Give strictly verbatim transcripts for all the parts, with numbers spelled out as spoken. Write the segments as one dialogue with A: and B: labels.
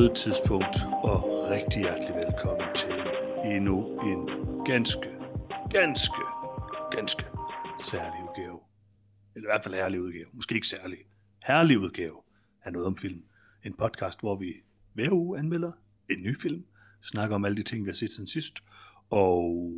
A: noget tidspunkt, og rigtig hjertelig velkommen til endnu en ganske, ganske, ganske særlig udgave. Eller i hvert fald herlig udgave. Måske ikke særlig. Herlig udgave af Noget om Film. En podcast, hvor vi hver uge anmelder en ny film, snakker om alle de ting, vi har set siden sidst, og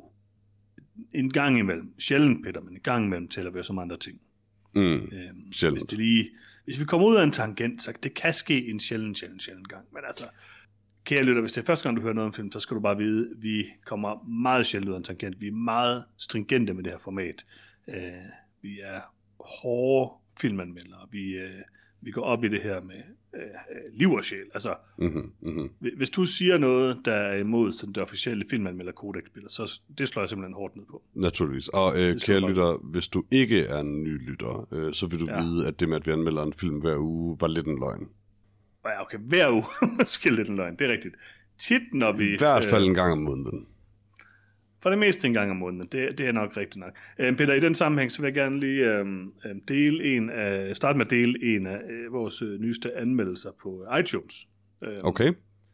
A: en gang imellem, sjældent Peter, men en gang imellem tæller vi også om andre ting.
B: Mm,
A: øhm, hvis, det lige, hvis vi kommer ud af en tangent, så det kan ske en sjældent, sjældent, sjældent gang. Men altså, kære lytter, hvis det er første gang, du hører noget om film, så skal du bare vide, at vi kommer meget sjældent ud af en tangent. Vi er meget stringente med det her format. Øh, vi er hårde filmanmeldere. Vi, øh, vi går op i det her med øh, liv og sjæl. Altså,
B: mm-hmm, mm-hmm.
A: hvis du siger noget, der er imod sådan det officielle filmanmelder-kodex, så det slår jeg simpelthen hårdt ned på.
B: Naturligvis. Og øh, kære lytter, hvis du ikke er en ny lytter, øh, så vil du ja. vide, at det med, at vi anmelder en film hver uge, var lidt en løgn.
A: Ja, okay, hver uge måske lidt en løgn, det er rigtigt. Tit, når vi...
B: I hvert fald øh, en gang om måneden.
A: For det meste en gang om måneden, det, det er nok rigtigt nok. Øh, Peter, i den sammenhæng, så vil jeg gerne lige øh, dele en af, starte med at dele en af øh, vores øh, nyeste anmeldelser på iTunes. Øh,
B: okay.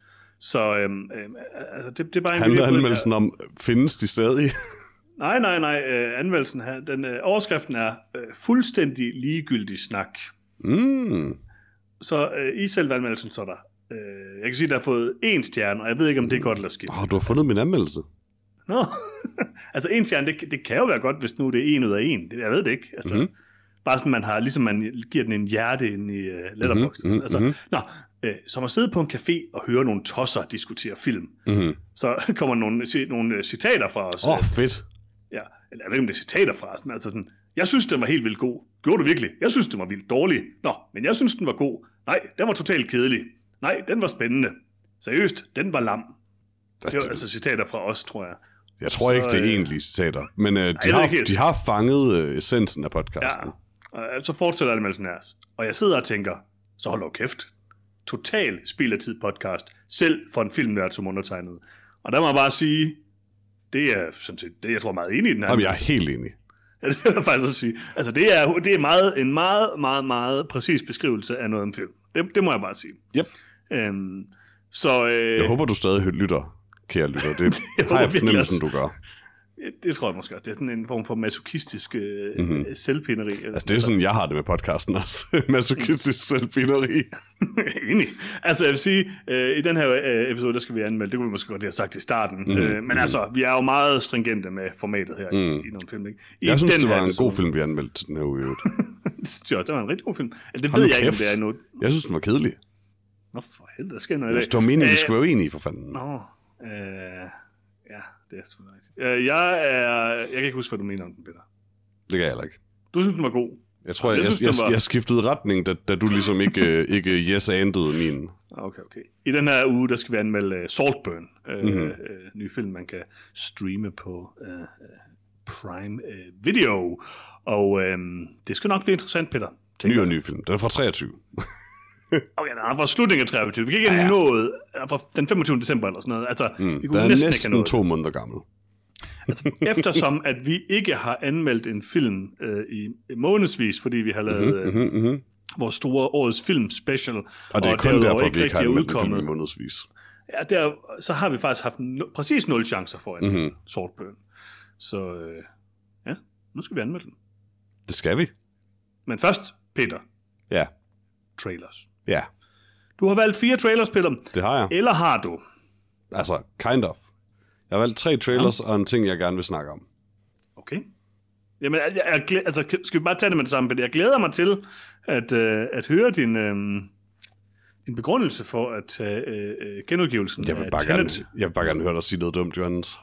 A: Så øh, øh, altså, det, det er bare en...
B: Handler anmeldelsen der... om, findes de stadig?
A: nej, nej, nej. Øh, anmeldelsen her, den, øh, overskriften er øh, fuldstændig ligegyldig snak.
B: Mm.
A: Så øh, i selve anmeldelsen, så er der... Øh, jeg kan sige, at der har fået én stjerne, og jeg ved ikke, om det er godt eller skidt.
B: Åh, oh, du har fundet altså, min anmeldelse.
A: Nå, altså en stjerne, det, det kan jo være godt, hvis nu det er en ud af en. Det, jeg ved det ikke. Altså, mm-hmm. Bare sådan, man har, ligesom man giver den en hjerte ind i uh, Letterboxd. Mm-hmm. Altså, mm-hmm. Nå, øh, som at sidde på en café og høre nogle tosser diskutere film. Mm-hmm. Så kommer nogle, nogle citater fra os.
B: Åh, oh, fedt.
A: Ja, eller jeg ved ikke, om det er citater fra os, men altså sådan, jeg synes, den var helt vildt god. Gjorde du virkelig? Jeg synes, den var vildt dårlig. Nå, men jeg synes, den var god. Nej, den var totalt kedelig. Nej, den var spændende. Seriøst, den var lam. Det var altså citater fra os, tror jeg.
B: Jeg tror så, ikke, det er øh... egentlige citater, men øh, de, har, de har fanget øh, essensen af podcasten.
A: Ja, så fortsætter det med sådan her. Og jeg sidder og tænker, så hold dog kæft. Total spild af tid podcast, selv for en filmnørd som undertegnet. Og der må jeg bare sige, det er sådan set, det, jeg tror meget enig i den her.
B: Jamen, jeg er helt enig.
A: Ja, det vil jeg faktisk også sige. Altså, det er, det er meget, en meget, meget, meget præcis beskrivelse af noget om film. Det, det må jeg bare sige.
B: Yep.
A: Øhm, så, øh...
B: Jeg håber, du stadig lytter. Kære lytter, det har jeg fornemmelsen, du gør.
A: Det tror jeg måske også. Det er sådan en form for masochistisk øh, mm-hmm. selvpineri.
B: Altså, det er sådan, jeg har det med podcasten også. Masochistisk selvpineri.
A: Enig. Altså, jeg vil sige, øh, i den her øh, episode, der skal vi anmelde, det kunne vi måske godt have sagt i starten. Mm-hmm. Øh, men altså, vi er jo meget stringente med formatet her mm. i, i nogle film. Ikke? I
B: jeg synes, det var en
A: episode...
B: god film, vi anmeldte til den her uge.
A: Ja, det var en rigtig god film. Altså, det ved jeg ikke, om det er endnu.
B: Jeg synes, den var kedelig.
A: Nå, for helvede, der sker noget i dag.
B: Det var meningen, vi skulle være enige, for fanden.
A: Nå, Øh, ja, det er selvfølgelig rigtigt. Øh, jeg, er, jeg kan ikke huske, hvad du mener om den, Peter.
B: Det kan jeg heller ikke.
A: Du synes, den var god?
B: Jeg tror, jeg, jeg, jeg, jeg, var... jeg skiftede retning, da, da du ligesom ikke, ikke yes-andede min.
A: Okay, okay. I den her uge, der skal vi anmelde uh, Saltburn. Uh, mm-hmm. uh, ny film, man kan streame på uh, uh, Prime uh, Video. Og uh, det skal nok blive interessant, Peter.
B: Ny og ny film. Den er fra treogtyve.
A: Okay, den er fra slutningen af treogtyve. Vi kan ikke have ja, ja. nået fra den femogtyvende december eller sådan noget. Altså,
B: mm,
A: vi kunne
B: den er
A: næsten,
B: næsten
A: ikke
B: to måneder gammel.
A: Altså, eftersom at vi ikke har anmeldt en film øh, i månedsvis, fordi vi har lavet
B: mm-hmm, mm-hmm.
A: øh, vores store årets film special.
B: Og det er og kun derfor, vi ikke har anmeldt en film i månedsvis.
A: Ja, der, så har vi faktisk haft no- præcis nul chancer for en mm-hmm. Saltburn. Så øh, ja, nu skal vi anmelde den.
B: Det skal vi.
A: Men først, Peter.
B: Ja.
A: Trailers.
B: Ja.
A: Du har valgt fire trailers, Peter.
B: Det har jeg.
A: Eller har du?
B: Altså, kind of. Jeg har valgt tre trailers ja. og en ting, jeg gerne vil snakke om.
A: Okay. Jamen, jeg, jeg, jeg, altså, skal vi bare tage det med det samme, Peter? Jeg glæder mig til at, øh, at høre din, øh, din begrundelse for at tage øh, genudgivelsen
B: jeg vil
A: af
B: bare
A: Tenet.
B: Gerne, jeg vil bare gerne høre dig sige noget dumt, Johannes.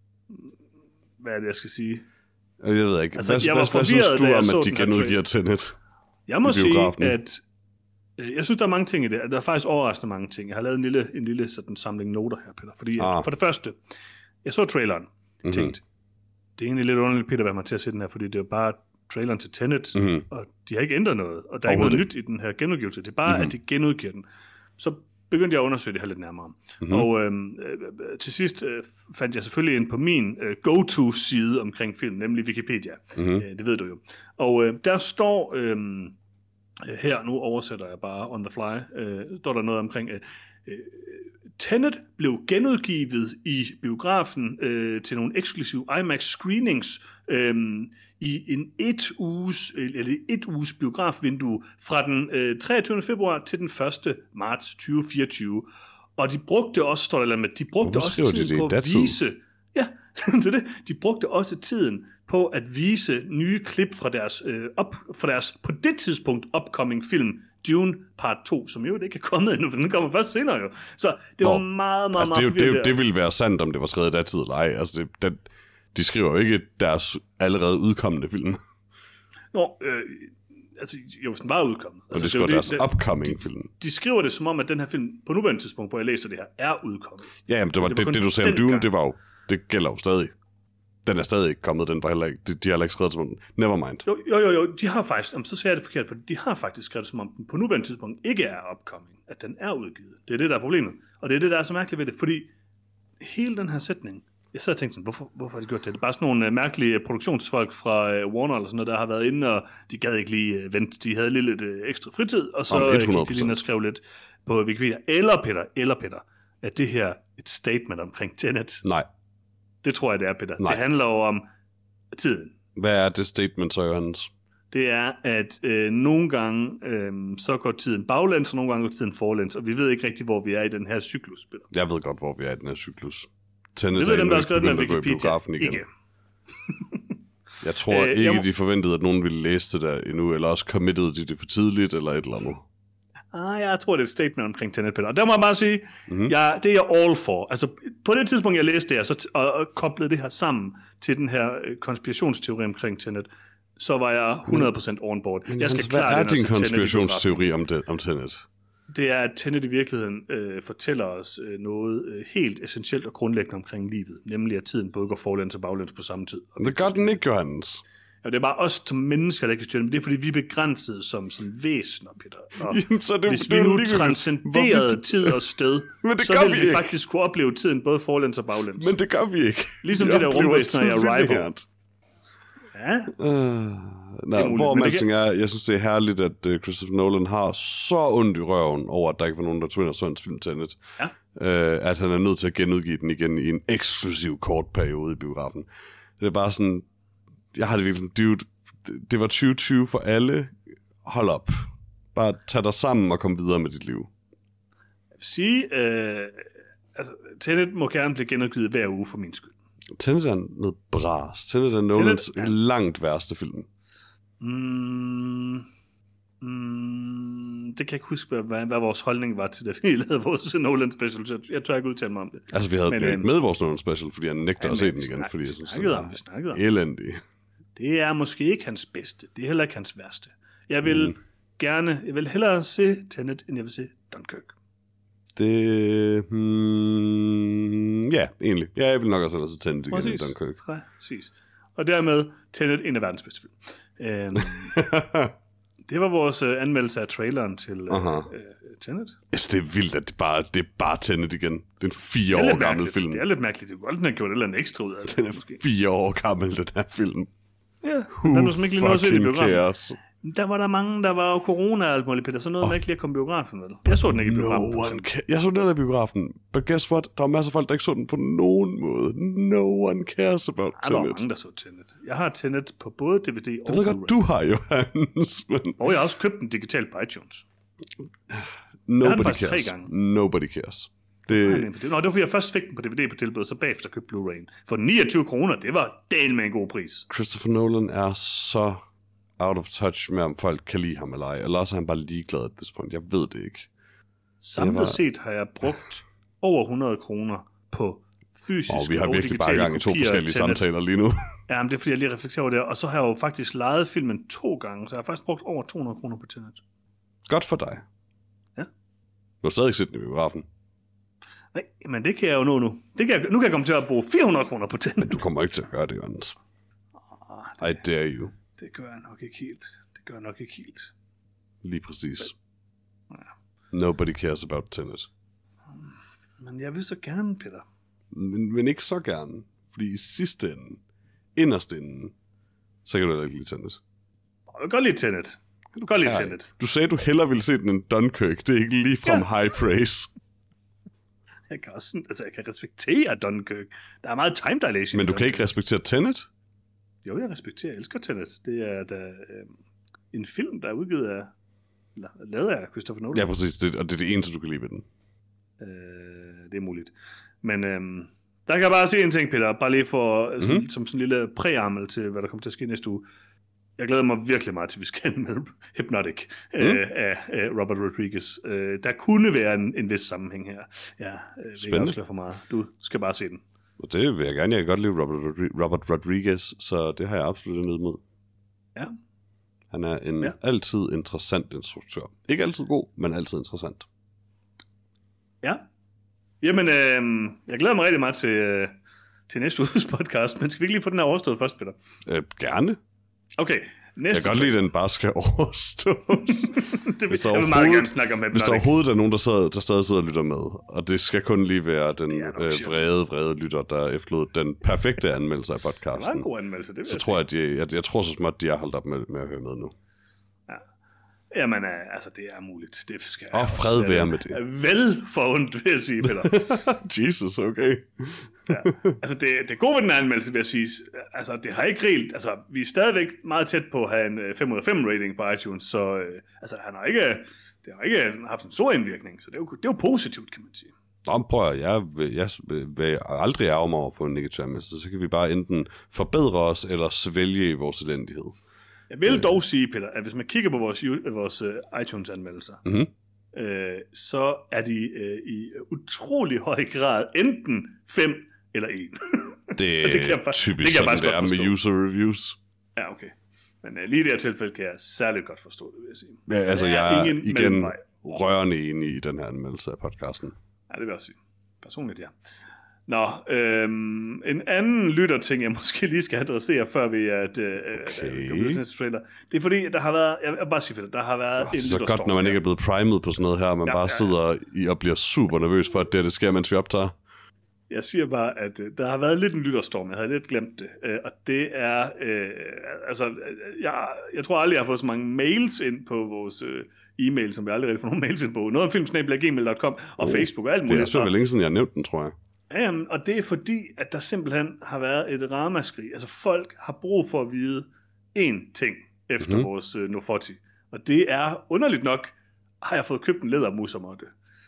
A: Hvad er det, jeg skal sige?
B: Jeg ved ikke.
A: Altså,
B: hvad,
A: jeg
B: hvad, hvad synes du om, at de genudgiver Tenet?
A: Jeg må sige, at jeg synes, der er mange ting i det. Der er faktisk overraskende mange ting. Jeg har lavet en lille, en lille sådan, samling noter her, Peter. Fordi ah. for det første, jeg så traileren og mm-hmm. tænkte, det er egentlig lidt underligt, Peter, hvad man til at se den her, fordi det er bare traileren til Tenet, mm-hmm. og de har ikke ændret noget, og der er ikke noget nyt i den her genudgivelse. Det er bare, mm-hmm. at de genudgiver den. Så begyndte jeg at undersøge det her lidt nærmere. Mm-hmm. Og øhm, øh, til sidst øh, fandt jeg selvfølgelig ind på min øh, go-to-side omkring film, nemlig Wikipedia. Mm-hmm. Øh, det ved du jo. Og øh, der står... Øh, her, nu oversætter jeg bare on the fly, øh, står der noget omkring, øh, Øh, Tenet blev genudgivet i biografen øh, til nogle eksklusive IMAX screenings øh, i en et uges, eller et uges biografvindue fra den øh, treogtyvende februar til den første marts tyve fireogtyve. Og de brugte også, står der med, de brugte
B: Hvorfor
A: også tiden
B: de det
A: på at vise, ja, det er det. De brugte også tiden på at vise nye klip fra deres, øh, op, fra deres på det tidspunkt upcoming film Dune part to, som jo ikke er kommet endnu, for den kommer først senere jo. Så det var Nå, meget, meget,
B: altså,
A: meget
B: det, det, det ville være sandt, om det var skrevet i datid eller ej. Altså, det, det, de skriver jo ikke deres allerede udkommende film.
A: Nå, øh, altså, jo, hvis den var udkommet.
B: Og altså, de
A: skriver
B: det, deres
A: det,
B: upcoming
A: de,
B: film.
A: De, de skriver det som om, at den her film, på nuværende tidspunkt, hvor jeg læser det her, er udkommet.
B: Ja, men det, var, det, det, det du sagde om Dune, gang. det var jo, det gælder jo stadig. Den er stadig ikke kommet, den var heller ikke, de, de har heller ikke skrevet som om den. Nevermind.
A: Jo, jo, jo, jo, de har faktisk, jamen, så siger jeg det forkert, for de har faktisk skrevet som om den på nuværende tidspunkt ikke er upcoming, at den er udgivet. Det er det, der er problemet. Og det er det, der er så mærkeligt ved det, fordi hele den her sætning, jeg sad og tænkte sådan, hvorfor, hvorfor har de gjort det? Det er bare sådan nogle uh, mærkelige produktionsfolk fra uh, Warner eller sådan noget, der har været inde, og de gad ikke lige uh, vente. De havde lige lidt uh, ekstra fritid, og så gik de lige og skrev lidt på Wikipedia. Eller Peter, eller Peter, at det her et statement omkring Tenet?
B: Nej.
A: Det tror jeg, det er, Peter.
B: Nej.
A: Det handler jo om tiden.
B: Hvad er det statement, så Johannes?
A: Det er, at øh, nogle gange øh, så går tiden baglæns, og nogle gange går tiden forlæns, og vi ved ikke rigtig, hvor vi er i den her cyklus, Peter.
B: Jeg ved godt, hvor vi er i den her cyklus. Tenet
A: det ved dem, der har skrevet den
B: her Wikipedia. Ikke. Jeg tror øh, ikke, jeg må... de forventede, at nogen ville læse det der endnu, eller også committede de det for tidligt, eller et eller andet.
A: Ah, jeg tror, det er et statement omkring Tenet, Peter. Og der må jeg bare sige, mm-hmm. jeg, det er jeg all for. Altså, på det tidspunkt, jeg læste det her, så t- og, og koblede det her sammen til den her øh, konspirationsteori omkring Tenet, så var jeg hundrede procent on board.
B: Men
A: jeg skal
B: Hans, hvad er din konspirationsteori om, det, om Tenet?
A: Det er, at Tenet i virkeligheden øh, fortæller os øh, noget øh, helt essentielt og grundlæggende omkring livet, nemlig at tiden både går forlæns og baglæns på samme tid.
B: Det gør den ikke, Johannes.
A: Ja, det er bare os som mennesker, der kan styre det, men det er, fordi vi er begrænsede som sådan væsener, Peter. Og
B: Jamen, så det,
A: hvis
B: det
A: vi nu
B: lige,
A: transcenderede vi... tid og sted, så ville vi, vi faktisk kunne opleve tiden både forlæns og baglæns.
B: Men det gør vi ikke.
A: Ligesom det der rumvæsener i Arrival. Ja.
B: Uh, nej, hvor man kan... er, jeg synes, det er herligt, at uh, Christopher Nolan har så ondt i røven over, at der ikke var nogen, der tog ind og så hans film Tenet.
A: Ja.
B: Uh, at han er nødt til at genudgive den igen i en eksklusiv kort periode i biografen. Det er bare sådan... Jeg har det virkelig, dude, det var tyve tyve for alle. Hold op. Bare tag dig sammen og kom videre med dit liv.
A: Jeg vil sige, øh, altså, Tenet må gerne blive genudgivet hver uge for min skyld.
B: Tenet er noget bras. Tenet er Nolans ja. langt værste film.
A: Mm, mm, det kan jeg ikke huske, hvad, hvad vores holdning var til det, vi lavede vores Nolan special. Jeg, jeg tør ikke udtale mig om det.
B: Altså, vi havde
A: men,
B: med, med vores Nolan special, fordi han nægter
A: ja,
B: at se den igen.
A: Snak,
B: fordi
A: vi
B: jeg synes,
A: snakkede om, vi snakkede om.
B: Elendig.
A: Det er måske ikke hans bedste. Det er heller ikke hans værste. Jeg vil mm. gerne, jeg vil hellere se Tenet, end jeg vil se Dunkirk.
B: Det, hmm, ja, egentlig. Ja, jeg vil nok også hellere se Tenet igen end Dunkirk.
A: Præcis. Og dermed Tenet, en af verdens bedste film. Øhm, det var vores uh, anmeldelse af traileren til uh, uh, Tenet.
B: Altså, det er vildt, at det bare, det er bare Tenet igen. Det er en fire år gammel film.
A: Det er lidt mærkeligt. Det kunne aldrig have gjort et eller andet ekstra ud af det.
B: Den er måske. fire år gammel, den her film.
A: Ja, Who den er som ikke lige noget at se i biografen. Der var der mange, der var jo corona og alt muligt, Peter. Så noget oh. med ikke lige at komme i biografen, vel? Jeg så den ikke i biografen.
B: No one ca- jeg så den i biografen. But guess what? Der var masser af folk, der ikke så den på nogen måde. No one cares about Tenet.
A: Der var mange, der så Tenet. Jeg har Tenet på både D V D og
B: Blu-ray. Det ved godt, du har, Johannes. Men...
A: Og jeg har også købt den digitalt på iTunes.
B: Nobody cares. Nobody cares.
A: Det... Nå, det var fordi jeg først fik den på D V D på tilbud, så bagefter købte Blu-ray'en. For niogtyve kroner, det var del med en god pris.
B: Christopher Nolan er så out of touch med, om folk kan lide ham eller ej. Eller også er han bare ligeglad at this point. Jeg ved det ikke.
A: Samlet var... set har jeg brugt over hundrede kroner på fysisk og
B: oh, vi har virkelig bare i gang i to forskellige samtaler lige nu.
A: Ja, men det er fordi, jeg lige reflekterer over det. Og så har jeg jo faktisk lejet filmen to gange, så jeg har faktisk brugt over to hundrede kroner på Tenet.
B: Godt for dig.
A: Ja.
B: Du har stadig set den i biografen.
A: Nej, men det kan jeg jo nå nu. Det kan jeg, nu kan jeg komme til at bruge fire hundrede kroner på Tenet.
B: Men du kommer ikke til at gøre det, Jørgens. Oh, I dare you.
A: Det gør jeg nok ikke helt. Det gør jeg nok ikke helt.
B: Lige præcis. Ja. Nobody cares about Tenet.
A: Men jeg vil så gerne, Peter.
B: Men, men ikke så gerne. Fordi i sidste ende, inderst ende, så kan du ikke lide Tenet.
A: Jeg vil godt lide Tenet. Du kan godt lide Tenet.
B: Du sagde, du hellere ville se den end Dunkirk. Det er ikke ligefrem ja. high praise.
A: jeg kan også, altså jeg kan respektere Dunkirk. Der er meget time dilation.
B: Men du kan ikke respektere Tenet?
A: Jo, jeg respekterer, jeg elsker Tenet. Det er da, øh, en film, der er udgivet af, eller lavet af Christopher Nolan.
B: Ja, præcis, det, og det er det eneste, du kan lide ved den.
A: Øh, det er muligt. Men øh, der kan jeg bare sige en ting, Peter, bare lige for, mm-hmm. sådan, som sådan en lille præambel til, hvad der kommer til at ske næste uge. Jeg glæder mig virkelig meget til, at vi skal anmelde Hypnotic mm. øh, af, af Robert Rodriguez. Øh, der kunne være en, en vis sammenhæng her. Ja, øh, vil ikke afsløre for meget. Du skal bare se den.
B: Og det vil jeg gerne. Jeg kan godt lide Robert, Rodri- Robert Rodriguez, så det har jeg absolut noget med.
A: Ja.
B: Han er en ja. altid interessant instruktør. Ikke altid god, men altid interessant.
A: Ja. Jamen, øh, jeg glæder mig rigtig meget til, øh, til næste uges podcast, men skal vi ikke lige få den her overstået først, Peter?
B: Øh, gerne.
A: Okay, næste...
B: Jeg kan godt lide, at den bare skal overstås.
A: det vil jeg vil meget gerne snakke om.
B: Hvis der overhovedet er nogen, der, sad, der stadig sidder og lytter med, og det skal kun lige være den øh, vrede, vrede lytter, der efterlod den perfekte anmeldelse af podcasten.
A: Det var en god anmeldelse, det vil
B: så
A: jeg
B: tror jeg, at de, jeg, jeg tror så småt, de har holdt op med, med at høre med nu.
A: Ja. Jamen, altså, det er muligt. Det skal
B: og fred være med det.
A: Vel forundt, vil jeg sige, Peter.
B: Jesus, okay.
A: Ja. Altså, det, det gode ved den anmeldelse, vil jeg sige, altså, det har ikke helt, altså, vi er stadigvæk meget tæt på at have en fem ud af fem rating på iTunes, så øh, altså, han har ikke, det har ikke haft en stor indvirkning, så det er jo, det er jo positivt, kan man sige.
B: Nå, prøv at, jeg, vil, jeg vil aldrig ærge mig over for en negativ anmeldelse, så kan vi bare enten forbedre os, eller svælge i vores elendighed.
A: Jeg vil dog sige, Peter, at hvis man kigger på vores, vores uh, iTunes-anmeldelser, mm-hmm. øh, så er de øh, i utrolig høj grad enten fem eller en.
B: Det er det kan jeg, typisk det kan jeg sådan, det er med user reviews.
A: Ja, okay. Men uh, lige i det her tilfælde kan jeg særligt godt forstå det, vil jeg sige.
B: Ja, altså jeg er igen rørende enig i den her anmeldelse af podcasten.
A: Ja, det vil jeg også sige. Personligt, ja. Nå, øhm, en anden lytterting, jeg måske lige skal adressere, før vi er at, øh,
B: okay.
A: næste trailer. Det er fordi, der har været, jeg vil bare sige, der har været oh,
B: en lytterstorm. Det er så godt, når man ikke er blevet primet på sådan noget her, man ja, bare ja, sidder ja. i og bliver super nervøs for, at det, det sker, mens vi optager.
A: Jeg siger bare, at øh, der har været lidt en lytterstorm. Jeg havde lidt glemt det. Øh, og det er, øh, altså, jeg, jeg tror aldrig, jeg har fået så mange mails ind på vores øh, e-mail, som vi aldrig rigtig får nogen mails ind på. Noget om filmsnabel-a gmail punktum com og oh, Facebook og alt muligt.
B: Det er så vel længe siden, jeg har nævnt den, tror jeg.
A: Ja, og det er fordi, at der simpelthen har været et ramaskrig. Altså folk har brug for at vide én ting efter mm-hmm. vores uh, Nofoti. Og det er underligt nok, har jeg fået købt en lædermusemotte.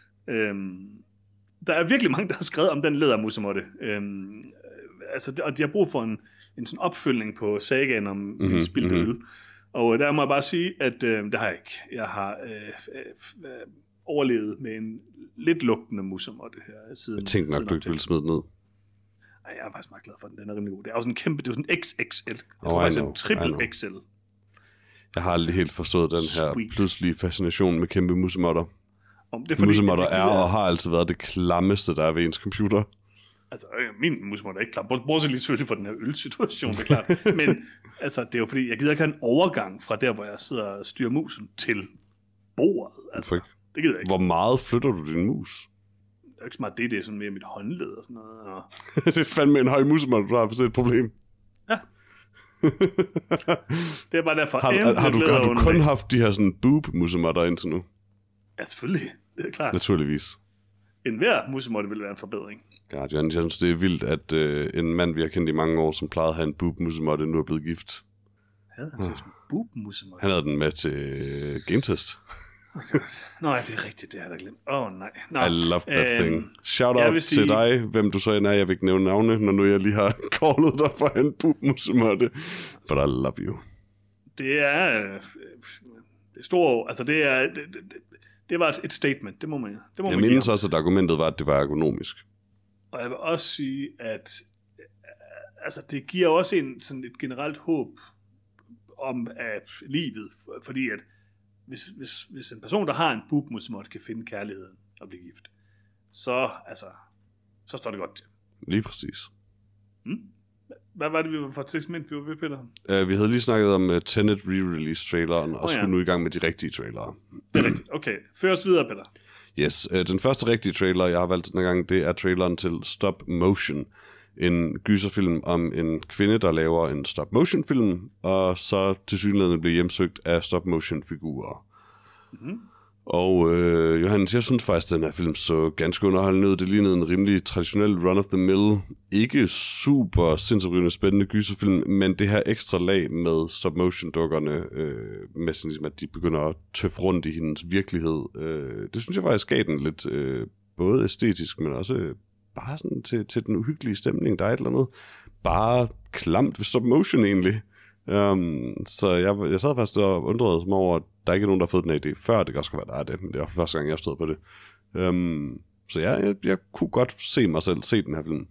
A: Øhm, der er virkelig mange, der har skrevet om den lædermusemotte. Øhm, altså, og de har brug for en, en sådan opfølgning på sagaen om mm-hmm. min spildte øl. Mm-hmm. Og der må jeg bare sige, at øh, det har jeg ikke. Jeg har øh, øh, øh, overlevet med en lidt lugtende musemotte her siden.
B: Jeg tænkte nok, du ikke ville smide den ned.
A: Ej, jeg er faktisk meget glad for den. Den er rimelig god. Det er også en kæmpe, det er sådan en X X L. Jeg
B: oh,
A: tror faktisk, en triple X L.
B: Jeg har aldrig helt forstået den her Sweet. pludselige fascination med kæmpe musemotter.
A: Om det er fordi,
B: musemotter er og har altid været det klammeste, der er ved ens computer.
A: Altså, min musemotter er ikke klam. Bortset lige selvfølgelig for den her ølsituation, det er klart. Men altså, det er jo fordi, jeg gider ikke have en overgang fra der, hvor jeg sidder og styrer musen til bordet. Altså, det gider jeg ikke.
B: Hvor meget flytter du din mus?
A: Det er ikke så meget det, det er sådan mere mit håndled og sådan noget. Og...
B: det er fandme en høj musemotter, du har, hvis det er et problem.
A: Ja. Det er bare derfor.
B: Har, har, har, du, har du kun haft de her sådan boob-musemotter indtil nu?
A: Ja, selvfølgelig. Det er klart.
B: Naturligvis.
A: En hver musemotte vil være en forbedring.
B: Ja, jeg synes, det er vildt, at øh, en mand, vi har kendt i mange år, som plejede at have en boob-musemotte, nu er blevet gift.
A: Havde han til sådan en boob-musemotte?
B: Han havde den med til øh, genetest.
A: Okay. Nå ja, det er rigtigt, det har jeg glemt. Åh oh, nej. No.
B: I love that øhm, thing. Shout out sige... til dig, hvem du så end er. Jeg vil ikke nævne navne, når nu jeg lige har callet dig for en boob-musemotte. But I love you.
A: Det er... Øh, det er store... Altså, det er... Det, det, det, det var et statement, det må man, det må
B: jeg
A: man
B: mindes også, at argumentet var, at det var ergonomisk.
A: Og jeg vil også sige, at altså, det giver også en, sådan et generelt håb om at livet, fordi at hvis, hvis, hvis en person, der har en boobmusemotte, kan finde kærligheden og blive gift, så, altså, så står det godt til.
B: Lige præcis.
A: Hmm? Hvad var det, vi var for et segment, vi var ved, Peter?
B: Uh, vi havde lige snakket om uh, Tenet re-release-traileren, og oh, ja. skulle nu i gang med de rigtige trailere.
A: Det er rigtigt. Okay, før os videre, Peter.
B: Yes, uh, den første rigtige trailer, jeg har valgt den her gang, det er traileren til Stop Motion. En gyserfilm om en kvinde, der laver en stop-motion-film, og så tilsyneladende bliver hjemsøgt af stop-motion-figurer. Mm-hmm. Og øh, Johannes, jeg synes faktisk, at den her film så ganske underholdende ud. Det lignede en rimelig traditionel run-of-the-mill, ikke super sindssygt spændende gyserfilm, men det her ekstra lag med stop-motion-dukkerne, øh, med sådan ligesom, at de begynder at tøffe rundt i hendes virkelighed, øh, det synes jeg faktisk gav den lidt, øh, både æstetisk, men også øh, bare sådan til, til den uhyggelige stemning. Der er et eller andet bare klamt ved stop-motion egentlig. Um, så jeg, jeg sad faktisk og undrede mig over, at der ikke er nogen, der har fået den her idé før. Det kan også være, der er det, men det var første gang, jeg stod på det. Um, så ja, jeg, jeg kunne godt se mig selv se den her film.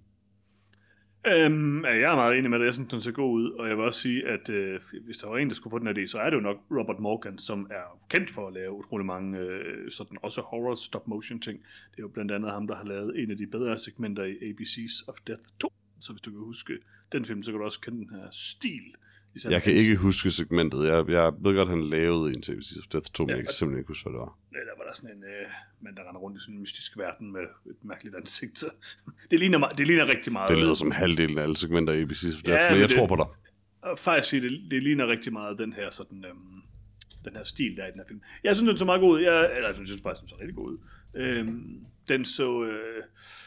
A: Øhm, jeg er meget enig med det. Jeg synes, den ser god ud. Og jeg vil også sige, at øh, hvis der var en, der skulle få den her idé, så er det jo nok Robert Morgan, som er kendt for at lave utrolig mange øh, sådan også horror stop-motion ting. Det er jo blandt andet ham, der har lavet en af de bedre segmenter i A B C's of Death to. Så hvis du kan huske den film, så kan du også kende den her stil.
B: Jeg kan ikke huske segmentet. Jeg, jeg ved godt, at han lavede en til A B C's of Death to, men ja, jeg kan simpelthen ikke huske, hvad det var.
A: Ja, der var der sådan en øh, mand, der render rundt i sådan en mystisk verden med et mærkeligt ansigt. det, ligner, det ligner rigtig meget.
B: Det lyder som halvdelen af alle segmenter af A B C's of Death, ja, men, men jeg det, tror på dig.
A: Og faktisk sige, det, det ligner rigtig meget den her sådan, øhm, den her stil, der er i den her film. Jeg synes, den så meget god ud. Jeg, eller jeg synes faktisk, den så rigtig god ud. Øhm, den så... Øh,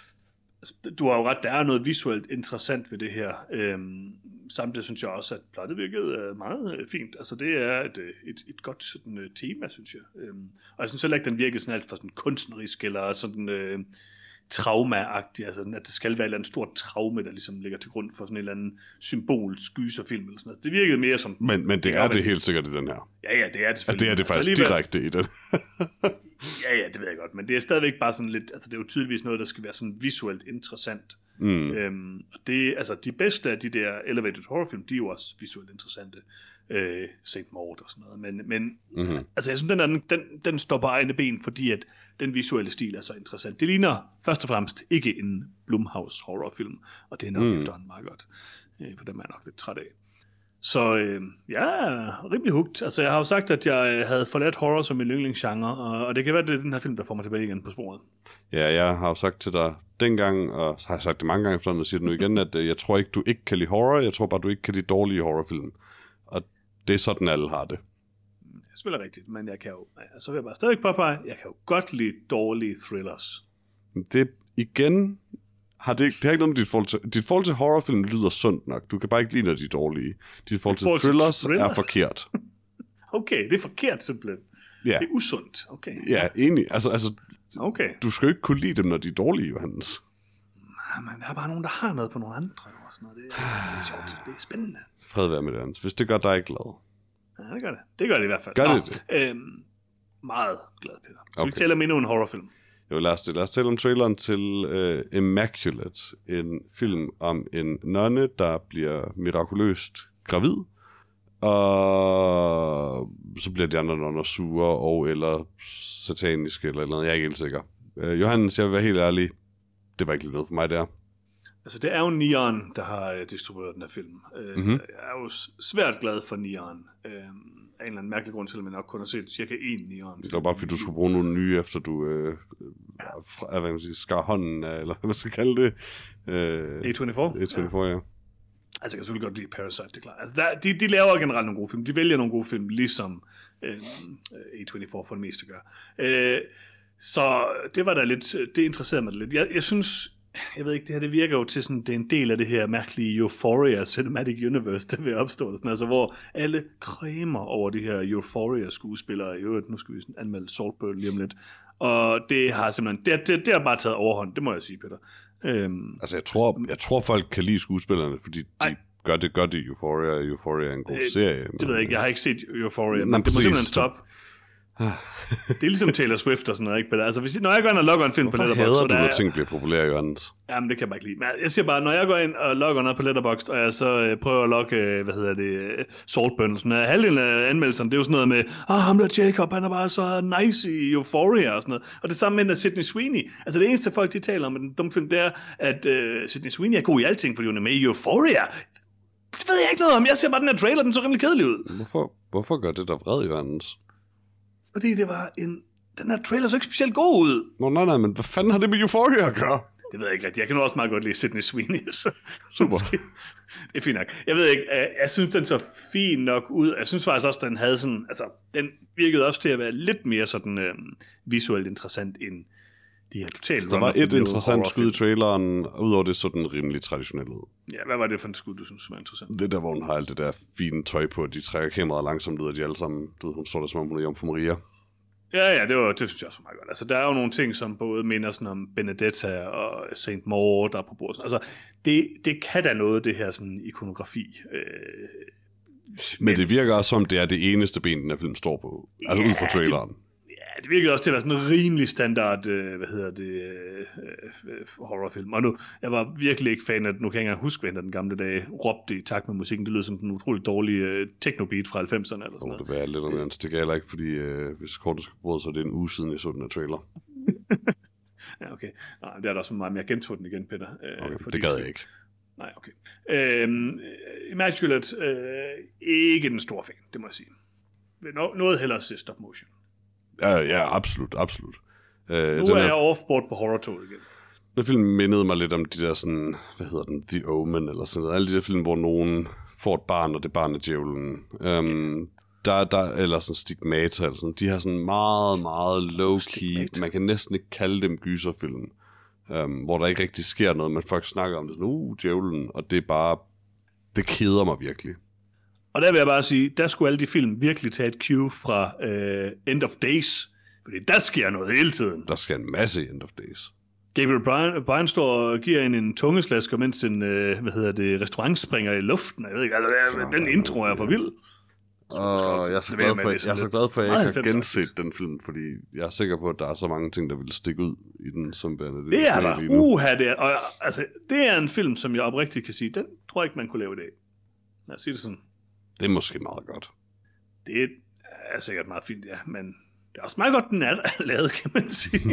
A: du har jo ret, der er noget visuelt interessant ved det her. Øhm, samtidig synes jeg også, at plottet virkede meget øh, fint. Altså det er et, et, et godt sådan, uh, tema, synes jeg. Øhm, og jeg synes heller ikke, den virker sådan alt for sådan kunstnerisk eller sådan øh, trauma-agtig. Altså at det skal være et eller andet stort traume, der ligesom ligger til grund for sådan en eller anden symbolsk gyserfilm eller sådan noget. Altså, det virkede mere som...
B: Men, men det er det helt sikkert i den her.
A: Ja, ja, det er det selvfølgelig.
B: At det er det faktisk altså, direkte i den.
A: Ja, ja, det ved jeg godt, men det er stadigvæk bare sådan lidt, altså det er jo tydeligvis noget, der skal være sådan visuelt interessant. Mm. Øhm, og det, altså de bedste af de der elevated horrorfilm, de er jo også visuelt interessante. Øh, Saint Maud og sådan noget, men, men mm-hmm. altså jeg synes, den, der, den, den står på egne ben, fordi at den visuelle stil er så interessant. Det ligner først og fremmest ikke en Blumhouse horrorfilm, og det er nok mm. efterhånden meget godt, øh, for dem er jeg nok lidt træt af. Så øh, ja, rimelig hugt. Altså, jeg har jo sagt, at jeg havde forladt horror som min yndlingsgenre, og, og det kan være, det er den her film, der får mig tilbage igen på sporet.
B: Ja, jeg har jo sagt til dig dengang, og har sagt det mange gange efter, og siger det nu igen, at øh, jeg tror ikke, du ikke kan lide horror, jeg tror bare, du ikke kan lide dårlige horrorfilm. Og det er sådan, alle har det.
A: Det er selvfølgelig rigtigt, men jeg kan jo, så vil jeg bare stadig påpege, jeg kan jo godt lide dårlige thrillers.
B: Det igen... Har det, det har ikke noget med dit forhold til... Dit forhold til horrorfilm lyder sundt nok. Du kan bare ikke lide, når de er dårlige. Dit forhold til thrillers til thriller? Er forkert.
A: Okay, det er forkert simpelthen.
B: Ja.
A: Det er usundt. Okay.
B: Ja, enig. Altså, altså,
A: okay.
B: Du skal jo ikke kunne lide dem, når de er dårlige, Johannes.
A: Nej, men der er bare nogen, der har noget på nogle andre. Og sådan noget. Det, er, altså, det er sjovt. Det er spændende.
B: Fred være med det, Hans. Hvis det gør dig glad.
A: Ja, det gør det. Det gør det i hvert fald.
B: Gør
A: Nå,
B: det det?
A: Øhm, meget glad, Peter. Så
B: okay.
A: vi taler om endnu en horrorfilm.
B: Jo, lad os, lad os tale om traileren til uh, Immaculate, en film om en nonne, der bliver mirakuløst gravid, og så bliver de andre nonner sure og eller sataniske eller noget. Jeg er ikke helt sikker. Uh, Johannes, jeg vil være helt ærlig, det var ikke lidt noget for mig der.
A: Altså, det er jo Neon, der har uh, distribueret den her film. Uh, mm-hmm. Jeg er jo svært glad for Neon. Uh, af en eller anden mærkelig grund til, at man nok kun har set cirka én Neon.
B: Det var bare, fordi du skulle bruge nogle nye, efter du øh, fra, hvad man siger, skar hånden af, eller hvad man skal kalde det. Øh,
A: A toogtyve?
B: A toogtyve, ja. ja.
A: Altså, jeg kan selvfølgelig godt lide Parasite, det er klart. Altså, der, de, de laver generelt nogle gode film. De vælger nogle gode film, ligesom øh, A toogtyve for det meste gør. Øh, så det var da lidt, det interesserede mig lidt. Jeg, jeg synes... Jeg ved ikke, det her det virker jo til sådan, det er en del af det her mærkelige Euphoria Cinematic Universe, der vil opstå, sådan, altså, hvor alle cremer over de her Euphoria-skuespillere, i øvrigt, nu skal vi anmelde Saltburn lige om lidt, og det har simpelthen, det, det, det har bare taget overhånd, det må jeg sige, Peter. Øhm,
B: altså, jeg tror, jeg tror folk kan lide skuespillerne, fordi de ej. gør det godt i Euphoria, Euphoria er en god øh, serie.
A: Det ved jeg ikke, jeg har ikke set Euphoria, men, men det må simpelthen stoppe. Det er ligesom Taylor Swift og sådan noget, ikke, Peter? Altså, hvis, når jeg går ind og logger en film
B: Hvorfor
A: på Letterboxd...
B: Hvorfor hader du, at ting bliver populære, Johannes?
A: Jamen, det kan jeg bare ikke lide. Men jeg siger bare, når jeg går ind og logger noget på Letterboxd, og jeg så øh, prøver at logge, øh, hvad hedder det, Saltburn og sådan noget, halvdelen af anmeldelserne, det er jo sådan noget med, ah, ham der Jacob, han er bare så nice i Euphoria og sådan noget. Og det samme med Sydney Sweeney. Altså, det eneste folk, de taler om med den dumme film, det er, at øh, Sydney Sweeney er god i alting, fordi hun er med i Euphoria. Det ved jeg ikke noget om. Jeg ser bare den her trailer, den så rimelig kedelig ud.
B: Hvorfor, hvorfor gør det der vred, Johannes?
A: Fordi det var en... Den her trailer så ikke specielt god ud.
B: Nå, nej, nej, men hvad fanden har det med Euphoria at gøre?
A: Det ved jeg ikke rigtigt. Jeg kan nu også meget godt lide Sydney Sweeney. Så,
B: Super.
A: Det er fint nok. Jeg ved ikke, jeg synes, den så fin nok ud. Jeg synes faktisk også, den havde sådan, altså, den virkede også til at være lidt mere sådan øh, visuelt interessant end de her totalt.
B: Der var et interessant skud i traileren, og udover det så den rimelig traditionelle ud.
A: Ja, hvad var det for en skud, du synes var interessant?
B: Det der, hvor hun har alt det der fine tøj på, de trækker kameraet langsomt ud, og de alle sammen, du ved, hun står der som om hun er Jomfru Maria.
A: Ja, ja, det, var, det synes jeg også var meget godt. Altså, der er jo nogle ting, som både minder sådan om Benedetta og Saint Maud, der er på bordet. Altså, det, det kan da noget, det her sådan ikonografi. Øh,
B: men, men det virker også som, det er det eneste ben, den her film står på. Altså, ja, ud fra traileren.
A: Det, ja, det virker også til at være sådan en rimelig standard, øh, hvad hedder det, øh, øh, horrorfilm. Og nu, jeg var virkelig ikke fan af det. Nu kan jeg ikke engang huske, hvad den gamle dag råbte i takt med musikken. Det lød som en utrolig dårlig øh, technobeat fra halvfemserne eller sådan noget.
B: Oh, det var lidt om det. Det gælder ikke, fordi øh, hvis kortet skal bruge, så er det en uge siden, jeg så den her trailer.
A: Ja, okay. Nej, det er der også meget mere. Jeg gentog den igen, Peter. Øh,
B: okay, det gad jeg ikke.
A: Nej, okay. Øhm, Immaculate, øh, ikke den store fan, det må jeg sige. Nå, noget hellere se stop motion.
B: Ja, ja, absolut, absolut.
A: Øh, nu er jeg offboard på horror-toget igen.
B: Den film mindede mig lidt om de der sådan, hvad hedder den, The Omen eller sådan noget. Alle de der film, hvor nogen får et barn, og det barn er djævlen. Um, der, der, eller sådan Stigmata, eller sådan. De har sådan meget, meget low-key, man kan næsten ikke kalde dem gyserfilm. Um, hvor der ikke rigtig sker noget, men folk snakker om det sådan, uh, djævlen, og det er bare, det keder mig virkelig.
A: Og der vil jeg bare sige, der skulle alle de film virkelig tage et cue fra uh, End of Days, fordi der sker noget hele tiden.
B: Der sker en masse End of Days.
A: Gabriel Bryan, Bryan står og giver en, en tungeslasker, mens en uh, hvad hedder det, restaurant springer i luften. Jeg ved ikke, altså, det er, den intro er for vild.
B: Og jeg er så glad for, jeg, jeg er så glad for, at jeg ikke har genset den film, fordi jeg er sikker på, at der er så mange ting, der vil stikke ud i den, som bærende.
A: Det, det er der. Uha, det er, og, altså, det er en film, som jeg oprigtigt kan sige, den tror jeg ikke, man kunne lave i dag. Lad os sige det sådan.
B: Det er måske meget godt.
A: Det er sikkert meget fint, ja, men det er også meget godt, den er lavet, kan man sige.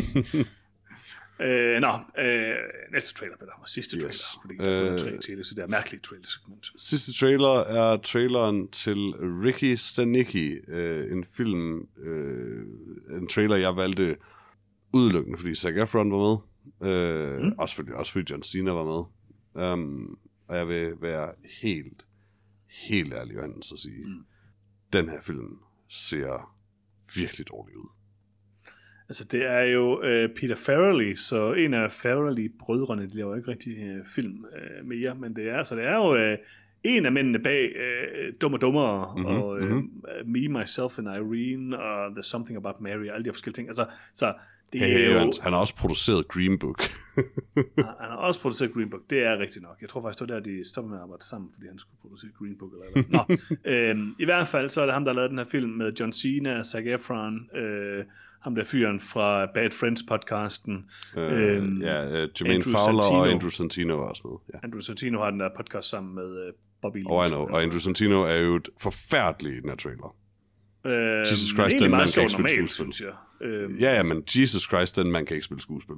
A: øh, nå, øh, næste trailer, Peter, og sidste yes. trailer, fordi der er tre til, så det er mærkelige trailers.
B: Sidste trailer er traileren til Ricky Stanicky, øh, en film, øh, en trailer, jeg valgte udelukkende, fordi Zac Efron var med, øh, mm. også, fordi, også fordi John Cena var med, um, og jeg vil være helt, helt ærlig, Johannes, så sige, mm. den her film ser virkelig dårlig ud.
A: Altså, det er jo øh, Peter Farrelly, så en af Farrelly-brødrene, de laver ikke rigtig øh, film øh, mere, men det er, så det er jo øh, en af mændene bag øh, Dum og Dummere, mm-hmm, og øh, mm-hmm. Me, Myself and Irene, og There's Something About Mary, og alle de forskellige ting. Altså, så det
B: hey,
A: er
B: hey,
A: jo...
B: Han har også produceret Green Book.
A: Han har også produceret Green Book, det er rigtigt nok. Jeg tror faktisk, det var der, de stoppede med at arbejde sammen, fordi han skulle producere Green Book. Eller eller. Nå, øh, i hvert fald, så er det ham, der har lavet den her film med John Cena, Zac Efron, øh, ham der fyren fra Bad Friends podcasten.
B: Uh, øhm, ja, uh, Jermaine Fowler Santino. Og Andrew Santino er også med. Ja.
A: Andrew Santino har den der podcast sammen med uh, Bobby Lee.
B: Oh, I know. Og Andrew Santino er jo et forfærdeligt i den her trailer.
A: Uh, Jesus Christ, den man kan ikke spille skuespil. Synes jeg. Uh,
B: ja, ja, men Jesus Christ, den man kan ikke spille skuespil.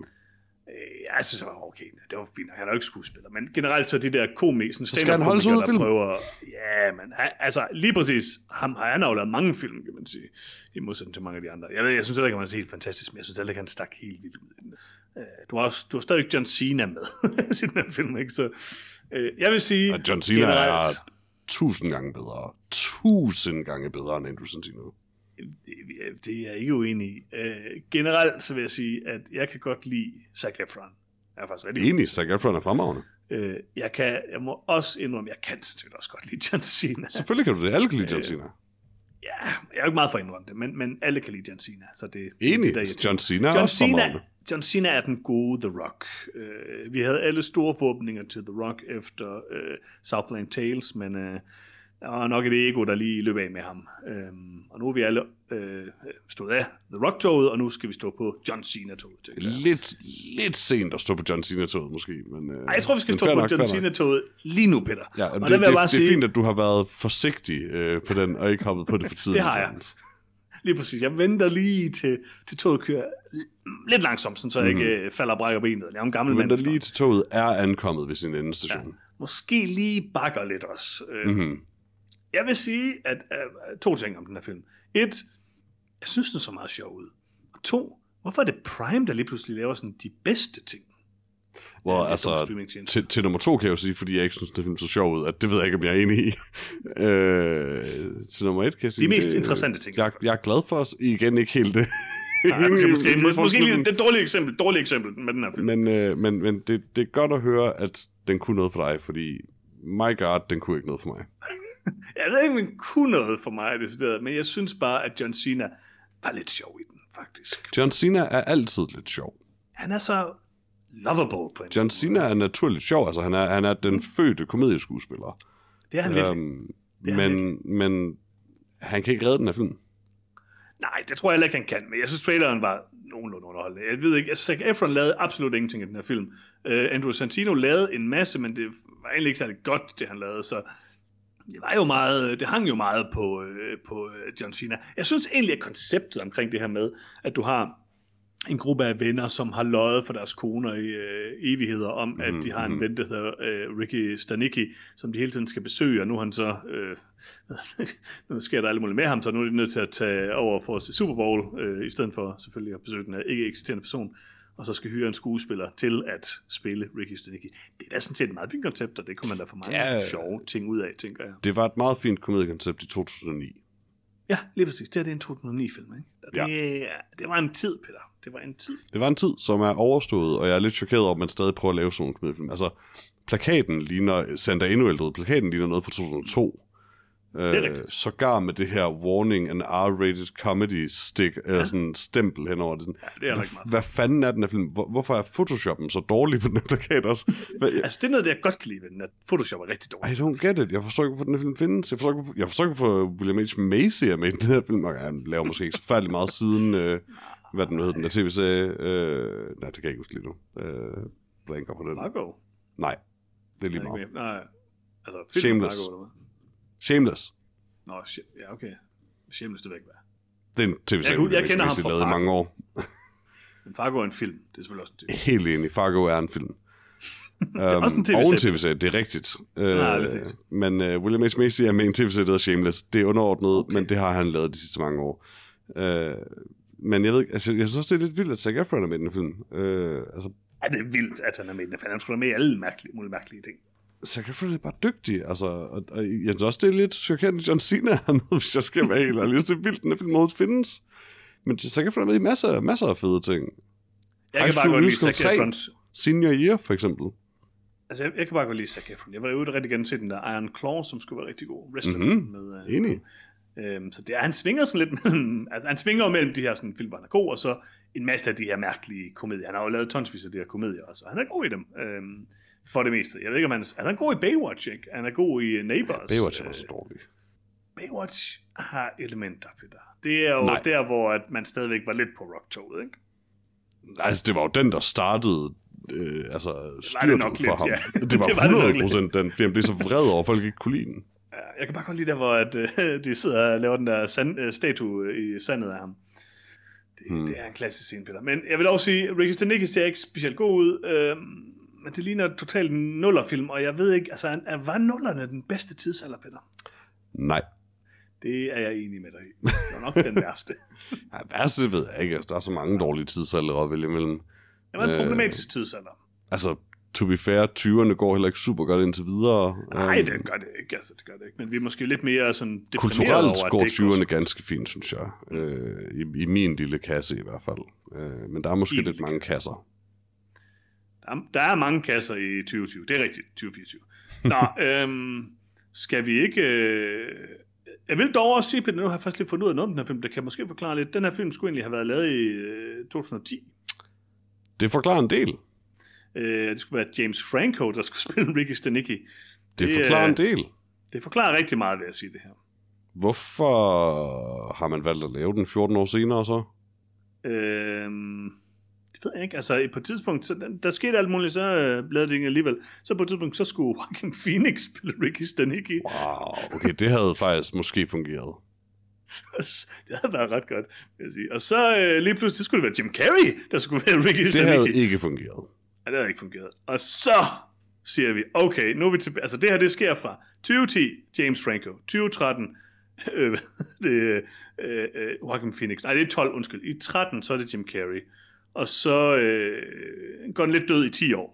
A: Jeg synes, okay, det var fint, han er jo ikke skuespiller, men generelt så de der komikere,
B: så skal han holde sig ud af film.
A: Prøver, ja, men altså lige præcis, ham, han har jo lavet mange film, kan man sige, i modsætning til mange af de andre. Jeg ved, jeg synes heller ikke, han er helt fantastisk, men jeg synes heller ikke, han stak helt vildt ud. Du har, også, du har stadig John Cena med i den her film, ikke? Så jeg vil sige,
B: og John Cena generelt, er tusind gange bedre, tusind gange bedre end Andrew Santino.
A: Det er jeg ikke uenig i. Uh, generelt så vil jeg sige, at jeg kan godt lide Zac Efron. Jeg er faktisk rigtig
B: enig, Zac Efron er fremragende.
A: Uh, jeg, kan, jeg må også indrømme, jeg kan selvfølgelig også godt lide John Cena.
B: Selvfølgelig kan du det. Alle kan lide John Cena. Uh,
A: ja, jeg er jo ikke meget for at indrømme det, men, men alle kan lide John Cena. Så det,
B: enig,
A: det, der,
B: John Cena er
A: John
B: også
A: Cena,
B: fremragende.
A: John Cena er den gode The Rock. Uh, vi havde alle store forhåbninger til The Rock efter uh, Southland Tales, men... Uh, der var nok et ego, der lige løb af med ham. Øhm, og nu er vi alle øh, stået af The Rock-toget, og nu skal vi stå på John Cena-toget.
B: Lidt, lidt sent at stå på John Cena-toget, måske. Men, øh,
A: Ej, jeg tror, vi skal stå på nok, John Cena-toget lige nu, Peter.
B: Ja, og det, det, det, det sige, er fint, at du har været forsigtig øh, på den, og ikke hoppet på det for tiden.
A: Det har jeg. Lige præcis. Jeg venter lige til, til toget kører lidt langsomt, så jeg mm. ikke øh, falder og brækker benet. Jeg er en gammel mand.
B: Jeg venter lige til toget er ankommet ved sin endestation. Ja.
A: Måske lige bakker lidt også. Øh, mm-hmm. Jeg vil sige, at uh, to ting om den her film. Et, jeg synes, den er så meget sjov ud. Og to, hvorfor er det Prime, der lige pludselig laver sådan de bedste ting?
B: Hvor, ja, altså, til, til nummer to kan jeg jo sige, fordi jeg ikke synes, den film så sjov ud, at det ved jeg ikke, om jeg er enig i. øh, til nummer et kan jeg sige...
A: De mest
B: det,
A: interessante ting.
B: Jeg, jeg er glad for os. Igen ikke helt det.
A: Nej, okay, måske måske, måske lige, det er et dårligt eksempel, dårligt eksempel med den her film.
B: Men, øh, men, men det, det er godt at høre, at den kunne noget for dig, fordi my god, den kunne ikke noget for mig.
A: Jeg ved ikke, om den kunne noget for mig, decideret, men jeg synes bare, at John Cena var lidt sjov i den, faktisk.
B: John Cena er altid lidt sjov.
A: Han er så lovable på en
B: John Cena er naturligt sjov, altså han er, han er den fødte komedieskuespiller.
A: Det er han virkelig. Øhm,
B: det er men, han virkelig. Men han kan ikke redde den her film.
A: Nej, det tror jeg heller ikke, han kan, men jeg synes, traileren var nogenlunde underholdende. Jeg ved ikke, Zac Efron lavede absolut ingenting i den her film. Uh, Andrew Santino lavede en masse, men det var egentlig ikke særlig godt, det han lavede, så det var jo meget, det hang jo meget på, uh, på John Cena. Jeg synes egentlig, at konceptet omkring det her med, at du har en gruppe af venner, som har løjet for deres koner i øh, evigheder om, mm, at de har en mm. ven, der hedder øh, Ricky Stenicki, som de hele tiden skal besøge, og nu han så, øh, nu sker der alt muligt med ham, så nu er de nødt til at tage over for at se Super Bowl, øh, i stedet for selvfølgelig at besøge den her ikke eksisterende person, og så skal hyre en skuespiller til at spille Ricky Stenicki. Det er da sådan set et meget fint koncept, og det kunne man da få mange ja, sjove ting ud af, tænker jeg.
B: Det var et meget fint komediekoncept i to tusind og ni.
A: Ja, lige præcis. Det her det er en to tusind og ni-film, ikke? Det, ja. det var en tid, Peter. Det var en tid.
B: Det var en tid, som er overstået, og jeg er lidt chokeret over, at man stadig prøver at lave sådan en komediefilm. Altså, plakaten ligner, Santa endnu ældre, plakaten ligner noget fra to tusind og to.
A: Det er rigtigt.
B: Øh, sågar med det her warning and R-rated comedy stick, ja. Eller sådan en stempel henover det.
A: Ja, det er
B: hvad,
A: rigtig meget.
B: Hvad fanden er den her film? Hvor, hvorfor er Photoshoppen så dårlig på den her plakat også? Hvad,
A: altså, det er noget, det jeg godt kan lide ved den, at Photoshop er rigtig dårlig.
B: I don't get it. Jeg forstår ikke, hvorfor den her film findes. Jeg forstår ikke, hvorfor, jeg forstår ikke, hvorfor William H. Macy er med i den her film. Og han laver måske ikke så færdig meget siden, øh, hvad den nu hed, den der tv-serie. Øh, nej, det kan jeg ikke huske lige nu. Øh, blanker på den.
A: Fargo?
B: Nej, det er lige meget.
A: Nej, altså,
B: Shameless.
A: Fargo,
B: Shameless.
A: Nå, ja, okay. Shameless, det ved ikke hvad.
B: Det er en tv-serie,
A: jeg, jeg, jeg kender ham fra
B: lavet i mange år.
A: Men Fargo er en film. Det er selvfølgelig også en tv-serie.
B: Helt enig. Fargo er en film.
A: Det er um, også en tv-serie.
B: Og en tv-serie, det er rigtigt.
A: Nej, det er
B: uh, men uh, William H. Macy er med en tv-serie, der hedder Shameless. Det er underordnet, okay. Men det har han lavet de sidste mange år. Uh, men jeg ved ikke, altså, jeg synes også, det er lidt vildt, at Zac Efron er med i den film. Uh, altså,
A: ja, det er vildt, at han er med i den film. Han skulle være med i alle mærkelige, mulige mærkelige ting.
B: Zac Efron er bare dygtig, altså, og, og jeg synes også, det er lidt chokerende, John Cena er med, hvis jeg skal være helt ærlig. Det er vildt, den her film måtte findes. Men Zac Efron er med i masser, masser af fede ting.
A: Jeg kan bare godt lide Zac Efrons
B: Senior Year, for eksempel.
A: Altså, jeg, jeg kan bare godt lide Zac Efron. Jeg var jo rigtig gerne til den der Iron Claw, som skulle være rigtig god. Wrestlerfilm mm-hmm. med... Uh,
B: Enig.
A: Øhm, så det er, han svinger sådan lidt mellem... Altså, han svinger jo mellem de her sådan, film, hvor han er god, og så en masse af de her mærkelige komedier. Han har jo lavet tonsvis af de her komedier også, og han er god i dem. Øhm, for det meste. Jeg ved ikke, om han er... Han er god i Baywatch, ikke? Han er god i Neighbors.
B: Baywatch er også dårlig.
A: Baywatch har elementer, Peter. Det er jo Nej. der, hvor at man stadigvæk var lidt på rocktoget, ikke?
B: Altså, det var jo den, der startede øh, altså, styrtet for
A: lidt,
B: ham.
A: Ja.
B: Det var, det var hundrede procent den, fordi han blev så vred over, at folk ikke kunne lide den.
A: Ja, jeg kan bare godt lide der, hvor at, øh, de sidder og laver den der sand, øh, statue i sandet af ham. Det, hmm. det er en klassisk scene, Peter. Men jeg vil også sige, at Ricky Stenicki ser ikke specielt god ud, øh, men det ligner totalt en nullerfilm, og jeg ved ikke, altså, var nullerne den bedste tidsalder, Peter?
B: Nej.
A: Det er jeg enig med dig i. Det var nok den værste.
B: Ja, værste ved jeg ikke. Der er så mange dårlige tidsalder at vælge imellem.
A: Det var en problematisk øh, tidsalder.
B: Altså, to be fair, tyverne går heller ikke super godt indtil videre.
A: Nej, det gør det ikke. Altså, det gør det ikke. Men vi er måske lidt mere sådan deprimeret over,
B: kulturelt går tyverne ganske fint, synes jeg. Øh, i, I min lille kasse i hvert fald. Øh, men der er måske I lidt mange kasser.
A: Der er, der er mange kasser i tyve tyve. Det er rigtigt, tyve fireogtyve. Nå, øhm, skal vi ikke... Øh, jeg vil dog også sige, at nu har jeg faktisk lige fundet ud af noget om den her film. Det kan måske forklare lidt. Den her film skulle egentlig have været lavet i øh, to tusind og ti.
B: Det forklarer en del.
A: Øh, det skulle være James Franco, der skulle spille Ricky Stenicki.
B: Det, det forklarer øh, en del.
A: Det forklarer rigtig meget, ved at sige det her.
B: Hvorfor har man valgt at lave den fjorten år senere så?
A: Øh, det ved jeg ikke. Altså på et tidspunkt, så, der, der skete alt muligt, så øh, blev det ikke alligevel. Så på et tidspunkt, så skulle Joaquin Phoenix spille Ricky Stenicki.
B: Wow, okay, det havde faktisk måske fungeret.
A: Det havde været ret godt, vil jeg sige. Og så øh, lige pludselig, så skulle det være Jim Carrey, der skulle være Ricky Stenicki.
B: Det havde ikke fungeret.
A: Ja, det havde ikke fungeret. Og så siger vi, okay, nu er vi tilbage. Altså det her, det sker fra tyve ti, James Franco. tyve tretten, øh, det er øh, øh, Joaquin Phoenix. Nej, det er tolv, undskyld. I tretten, så er det Jim Carrey. Og så øh, går den lidt død i ti år.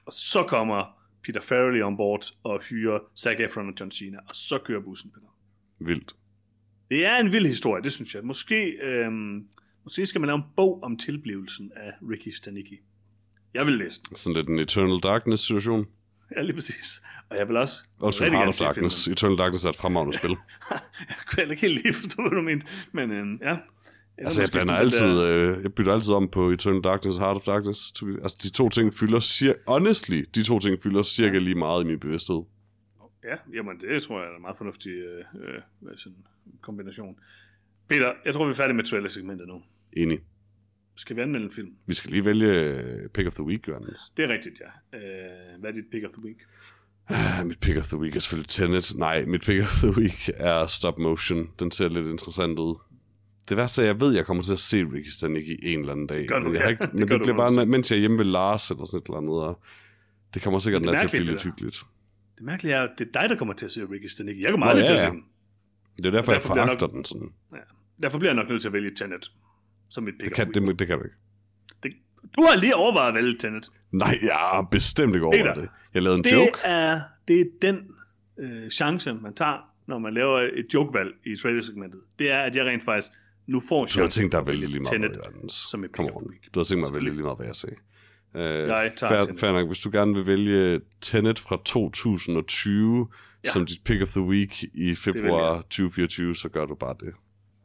A: Og så kommer Peter Farrelly on board og hyrer Zac Efron og John Cena, og så kører bussen, Peter.
B: Vildt.
A: Det er en vild historie, det synes jeg. Måske, øhm, måske skal man lave en bog om tilblivelsen af Ricky Stanicky. Jeg vil læse den.
B: Sådan lidt en Eternal Darkness-situation.
A: Ja, lige præcis. Og jeg vil også...
B: Også en Heart of Darkness. Filmen. Eternal Darkness er et fremragende spil.
A: Jeg kunne heller ikke helt lige forstå, hvad du mente. Men øhm, ja... Jeg
B: altså, jeg blander altid... Øh, jeg bytter altid om på Eternal Darkness og Heart of Darkness. Altså, de to ting fylder... Cir- honestly, de to ting fylder cirka ja. lige meget i min bevidsthed.
A: Ja, jamen det tror jeg er en meget fornuftig øh, øh, sådan kombination. Peter, jeg tror, vi er færdige med trailer-segmentet nu.
B: Enig.
A: Skal vi anmelde en film?
B: Vi skal lige vælge Pick of the Week, Johannes.
A: Det er rigtigt, ja. Øh, hvad er dit Pick of the Week?
B: Uh, mit Pick of the Week er selvfølgelig Tenet. Nej, mit Pick of the Week er Stop Motion. Den ser lidt interessant ud. Det værste er, at jeg ved, at jeg kommer til at se Ricky Stanicky en eller anden dag.
A: Gør du,
B: men jeg
A: ja.
B: har ikke,
A: det
B: men det, det bliver bare, mens jeg er hjemme ved Lars eller sådan et eller andet. Og det kommer sikkert det til at blive lidt hyggeligt.
A: Det mærkelige er, at det er dig, der kommer til at se Ricky Stanicky. Jeg kommer aldrig ja, ja. til at se den.
B: Det er derfor, derfor jeg foragter nok, den sådan.
A: Ja. Derfor bliver jeg nok nødt til at vælge Tenet som mit pick.
B: Det kan, det, det kan du ikke.
A: Det, du har lige overvejet at vælge Tenet.
B: Nej, jeg har bestemt ikke overvejet det. Jeg lavede en
A: det
B: joke.
A: Er, det er den øh, chance, man tager, når man laver et jokevalg i trailer-segmentet. Det er, at jeg rent faktisk nu får
B: chancen. Du har tænkt dig at vælge lige meget,
A: Tenet som mit pick of the week.
B: Du har tænkt mig at vælge lige meget, hvad jeg sagde. Uh,
A: Nej,
B: fair, fair nok, hvis du gerne vil vælge Tenet fra to tusind og tyve ja. som dit pick of the week i februar tyve fireogtyve, så gør du bare det.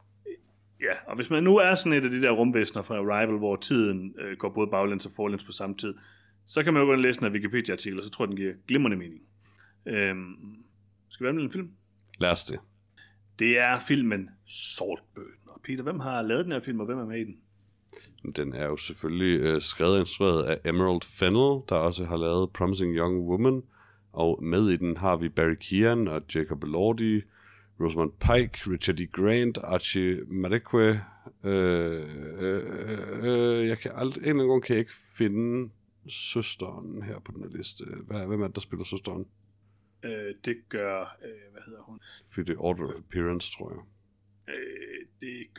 A: Ja, og hvis man nu er sådan et af de der rumvæsener fra Arrival, hvor tiden øh, går både baglæns og forlæns på samme tid, så kan man jo gå ind og læse den af Wikipedia-artikel, og så tror jeg, den giver glimrende mening. Øhm, skal vi anmelde en film?
B: Lad os det.
A: Det er filmen Saltburn. Og Peter, hvem har lavet den her film, og hvem er med i den?
B: Den er jo selvfølgelig øh, skrevet og instrueret af Emerald Fennell, der også har lavet Promising Young Woman, og med i den har vi Barry Keoghan og Jacob Elordi, Rosamund Pike, Richard E. Grant, Archie Madekwe. Øh, øh, øh, jeg kan aldrig, en eller anden gang kan jeg ikke finde søsteren her på den her liste. Hvad, hvem er det, der spiller søsteren?
A: Øh, det gør, øh, hvad hedder hun?
B: For det Order of Appearance, tror jeg.
A: Øh, det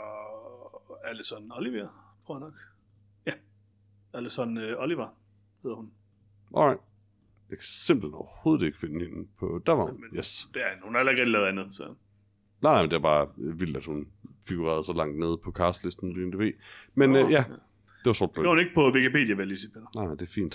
A: gør Alison Oliver, tror jeg nok. Ja, Alison øh, Oliver hedder hun.
B: Alright. Jeg kan simpelthen overhovedet ikke finde hende på... Der var hun,
A: men,
B: yes.
A: Det er, hun har heller ikke lavet andet, så...
B: Nej, nej, men det er bare vildt, at hun figurerede så langt nede på castlisten på I M D B. Men oh, øh, ja, ja, det var Saltburn.
A: Det var hun ikke på Wikipedia, vel lige sige, Peter.
B: Nej, nej, det er fint.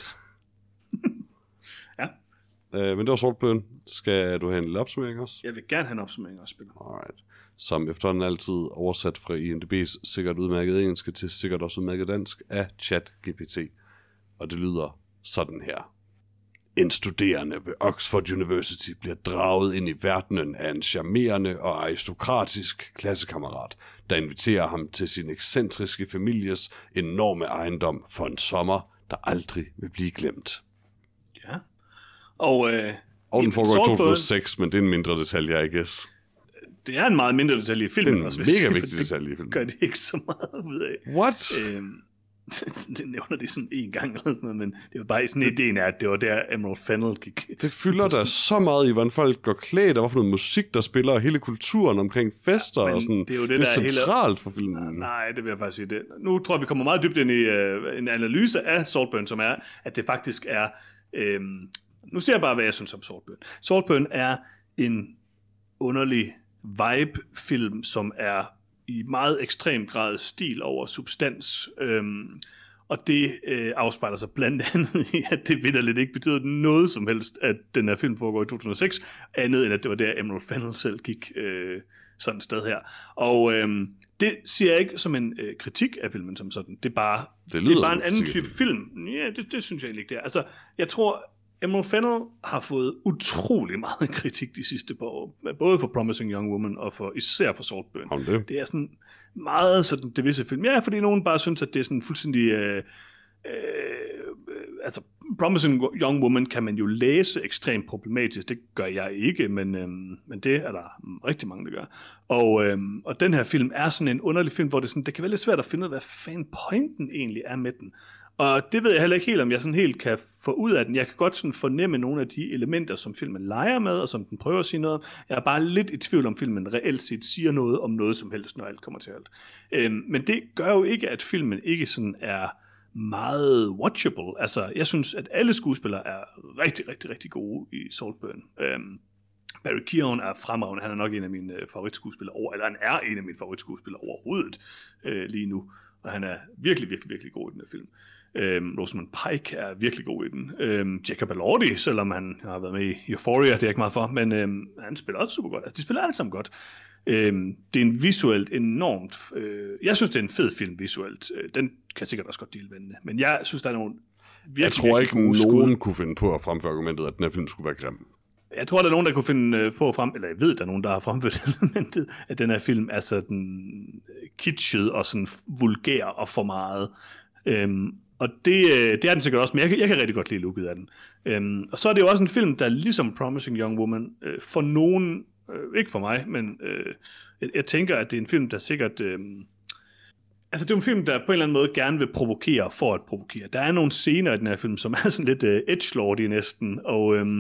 A: Ja.
B: Øh, men det var Saltburn. Skal du have en lille opsummering også?
A: Jeg vil gerne have en opsummering også, Peter.
B: Alright. Som efterhånden altid oversat fra I M D B's sikkert udmærket engelsk til sikkert også udmærket dansk af ChatGPT. Og det lyder sådan her. En studerende ved Oxford University bliver draget ind i verdenen af en charmerende og aristokratisk klassekammerat, der inviterer ham til sin ekscentriske families enorme ejendom for en sommer, der aldrig vil blive glemt.
A: Ja. Og, øh,
B: og den foregår i to tusind og seks, men det er en mindre detalje, I guess.
A: Det er en meget mindre detalje i filmen.
B: Det er en
A: også,
B: mega vigtig detalje i filmen.
A: Det gør det ikke så meget ud af.
B: What?
A: Øhm, det nævner det sådan en gang eller sådan noget, men det var bare sådan ideen af, at det var der Emerald Fennell gik.
B: Det fylder der så meget i, hvordan folk går klædt, og hvorfor noget musik, der spiller, og hele kulturen omkring fester, ja, og sådan. Det er jo det, det er der centralt hele... for filmen.
A: Nej, det vil jeg faktisk sige. Det. Nu tror jeg, vi kommer meget dybt ind i uh, en analyse af Saltburn, som er, at det faktisk er, øhm, nu siger jeg bare, hvad jeg synes om Saltburn. Saltburn er en underlig vibe-film, som er i meget ekstrem grad stil over substans, øhm, og det øh, afspejler sig blandt andet i, at det vitterligt ikke betyder noget som helst, at den her film foregår i to tusind og seks, andet end at det var der Emerald Fennell selv gik øh, sådan et sted her. Og øhm, det siger jeg ikke som en øh, kritik af filmen som sådan, det er bare, det det er bare en anden type film. Ja, det, det synes jeg egentlig ikke det er. Altså, jeg tror, Emerald Fennell har fået utrolig meget kritik de sidste par år, både for Promising Young Woman og for især for Saltburn.
B: Det.
A: det er sådan meget sådan det visse film. Ja, fordi nogen bare synes, at det er sådan fuldstændig... Øh, øh, altså, Promising Young Woman kan man jo læse ekstremt problematisk. Det gør jeg ikke, men, øh, men det er der rigtig mange, der gør. Og, øh, og den her film er sådan en underlig film, hvor det, sådan, det kan være lidt svært at finde ud af, hvad fanden pointen egentlig er med den. Og det ved jeg heller ikke helt, om jeg sådan helt kan få ud af den. Jeg kan godt sådan fornemme nogle af de elementer, som filmen leger med, og som den prøver at sige noget om. Jeg er bare lidt i tvivl om, filmen reelt set siger noget om noget som helst, når alt kommer til alt. Øhm, men det gør jo ikke, at filmen ikke sådan er meget watchable. Altså, jeg synes, at alle skuespillere er rigtig, rigtig, rigtig gode i Saltburn. Øhm, Barry Keoghan er fremragende. Han er nok en af mine favoritskuespillere over, eller han er en af mine favoritskuespillere overhovedet øh, lige nu. Og han er virkelig, virkelig, virkelig god i den her film. Øhm, Rosamund Pike er virkelig god i den. Øhm, Jacob Elordi, selvom han har været med i Euphoria, det er ikke meget for, men øhm, han spiller også super godt. Altså, de spiller alle sammen godt. Øhm, det er en visuelt enormt... Øh, jeg synes, det er en fed film visuelt. Øh, den kan sikkert også godt dele vandene. Men jeg synes, der er nogle virkelig,
B: Jeg tror ikke, nogen skud. kunne finde på at fremføre argumentet, at den her film skulle være grim.
A: Jeg tror, der er nogen, der kunne finde på at frem... Eller jeg ved, der er nogen, der har fremført elementet, at den her film er sådan kitschet og sådan vulgær og for meget. Øhm, og det, det er den sikkert også, men jeg kan, jeg kan rigtig godt lide looket af den. Øhm, og så er det jo også en film, der ligesom Promising Young Woman, øh, for nogen, øh, ikke for mig, men øh, jeg, jeg tænker, at det er en film, der sikkert... Øh, altså det er en film, der på en eller anden måde gerne vil provokere for at provokere. Der er nogle scener i den her film, som er sådan lidt øh, edgelordy næsten, og... Øh,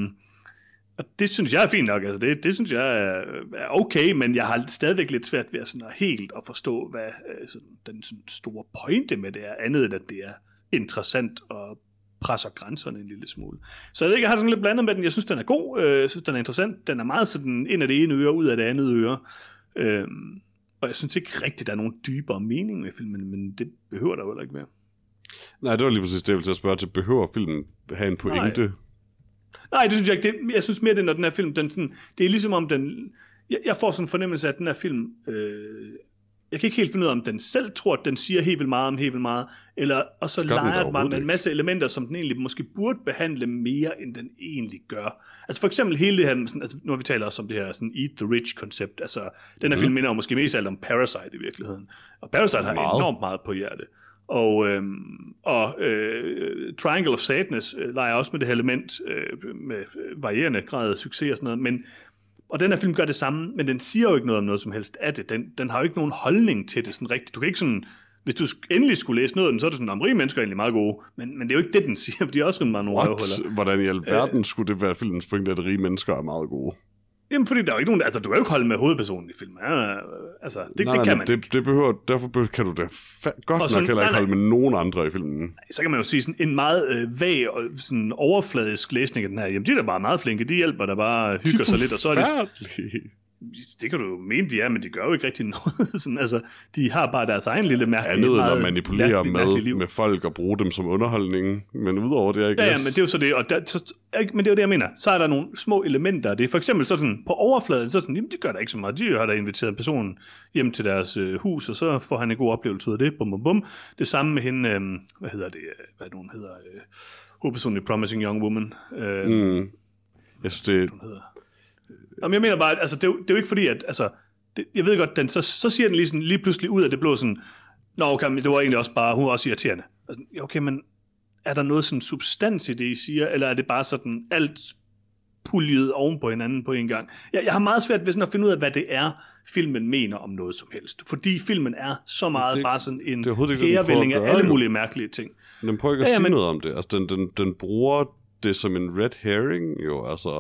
A: Og det synes jeg er fint nok, altså det, det synes jeg er, er okay, men jeg har stadigvæk lidt svært ved at, sådan, at helt at forstå, hvad øh, sådan, den sådan, store pointe med det er, andet end at det er interessant og presser grænserne en lille smule. Så jeg ved ikke, jeg har sådan lidt blandet med den. Jeg synes, den er god, øh, jeg synes, den er interessant. Den er meget sådan ind af det ene øre, ud af det andet øre. Øh, og jeg synes ikke rigtigt, der er nogen dybere mening med filmen, men det behøver der jo heller ikke være.
B: Nej, det var lige præcis det, jeg ville til at spørge til. Behøver filmen have en pointe?
A: Nej. Nej, det synes jeg ikke. Det, jeg synes mere, det når den her film, den sådan, det er ligesom om den, jeg, jeg får sådan en fornemmelse af, at den her film, øh, jeg kan ikke helt finde ud af, om den selv tror, at den siger helt vildt meget om helt vildt meget, eller, og så leger den bare med en masse elementer, som den egentlig måske burde behandle mere, end den egentlig gør. Altså for eksempel hele det her, sådan, altså, nu har vi talt også om det her sådan eat the rich-koncept, altså den her mm. film minder jo måske mest alt om Parasite i virkeligheden, og Parasite har meget. enormt meget på hjerte. Og, øhm, og øh, Triangle of Sadness øh, leger også med det her element øh, med varierende grad af succes og sådan noget, men, og den her film gør det samme, men den siger jo ikke noget om noget som helst af det. Den, den har jo ikke nogen holdning til det sådan rigtigt. Du kan ikke sådan, hvis du endelig skulle læse noget af den, så er det sådan, om rige mennesker er egentlig meget gode, men, men det er jo ikke det, den siger, for de er også meget nogle røvhuller.
B: Hvordan i alverden øh, skulle det være filmens pointe, at rige mennesker er meget gode?
A: Jamen, fordi der er jo ikke nogen... Altså, du kan jo ikke holde med hovedpersonen i filmen. Ja, altså, det, nej, det kan man
B: det,
A: ikke.
B: Det behøver... Derfor kan du da fa- godt sådan, nok heller ikke nej, holde med nogen andre i filmen. Nej,
A: så kan man jo sige sådan en meget øh, vag og sådan overfladisk læsning af den her. Jamen, de er da bare meget flinke. De hjælper der bare hygger sig lidt, og så er det... Det kan du jo mene, de er, men de gør jo ikke rigtig noget. Sådan, altså, de har bare deres egen lille mærkelige...
B: Andet end at manipulere mærkelig, med, mærkelig med folk og bruge dem som underholdning. Men udover det er ikke...
A: Ja, ja, men det er jo så det. Og der, så, men det er jo det, jeg mener. Så er der nogle små elementer. Det er for eksempel sådan, på overfladen, så sådan, jamen, de gør der ikke så meget. De har da inviteret en person hjem til deres øh, hus, og så får han en god oplevelse ud af det. Bum, bum, bum. Det samme med hende... Øh, hvad hedder det? Hvad hun hedder? Øh, hovedpersonen i Promising Young Woman. Øh,
B: mm. Jeg synes, det...
A: Hun hedder... Jamen, jeg mener bare, altså, det, er jo, det er jo ikke fordi, at, altså, det, jeg ved godt, den, så, så siger den lige, sådan, lige pludselig ud af det blå sådan, nå, okay, det var egentlig også bare, hun var også irriterende. Altså, okay, men er der noget sådan substans i det, I siger, eller er det bare sådan alt puljet oven på hinanden på en gang? Jeg, jeg har meget svært ved sådan at finde ud af, hvad det er, filmen mener om noget som helst. Fordi filmen er så meget det, bare sådan en herevælling af alle mulige mærkelige ting.
B: Den prøver ikke at ja, sige men, noget om det. Altså, den, den, den bruger det som en red herring, jo, altså...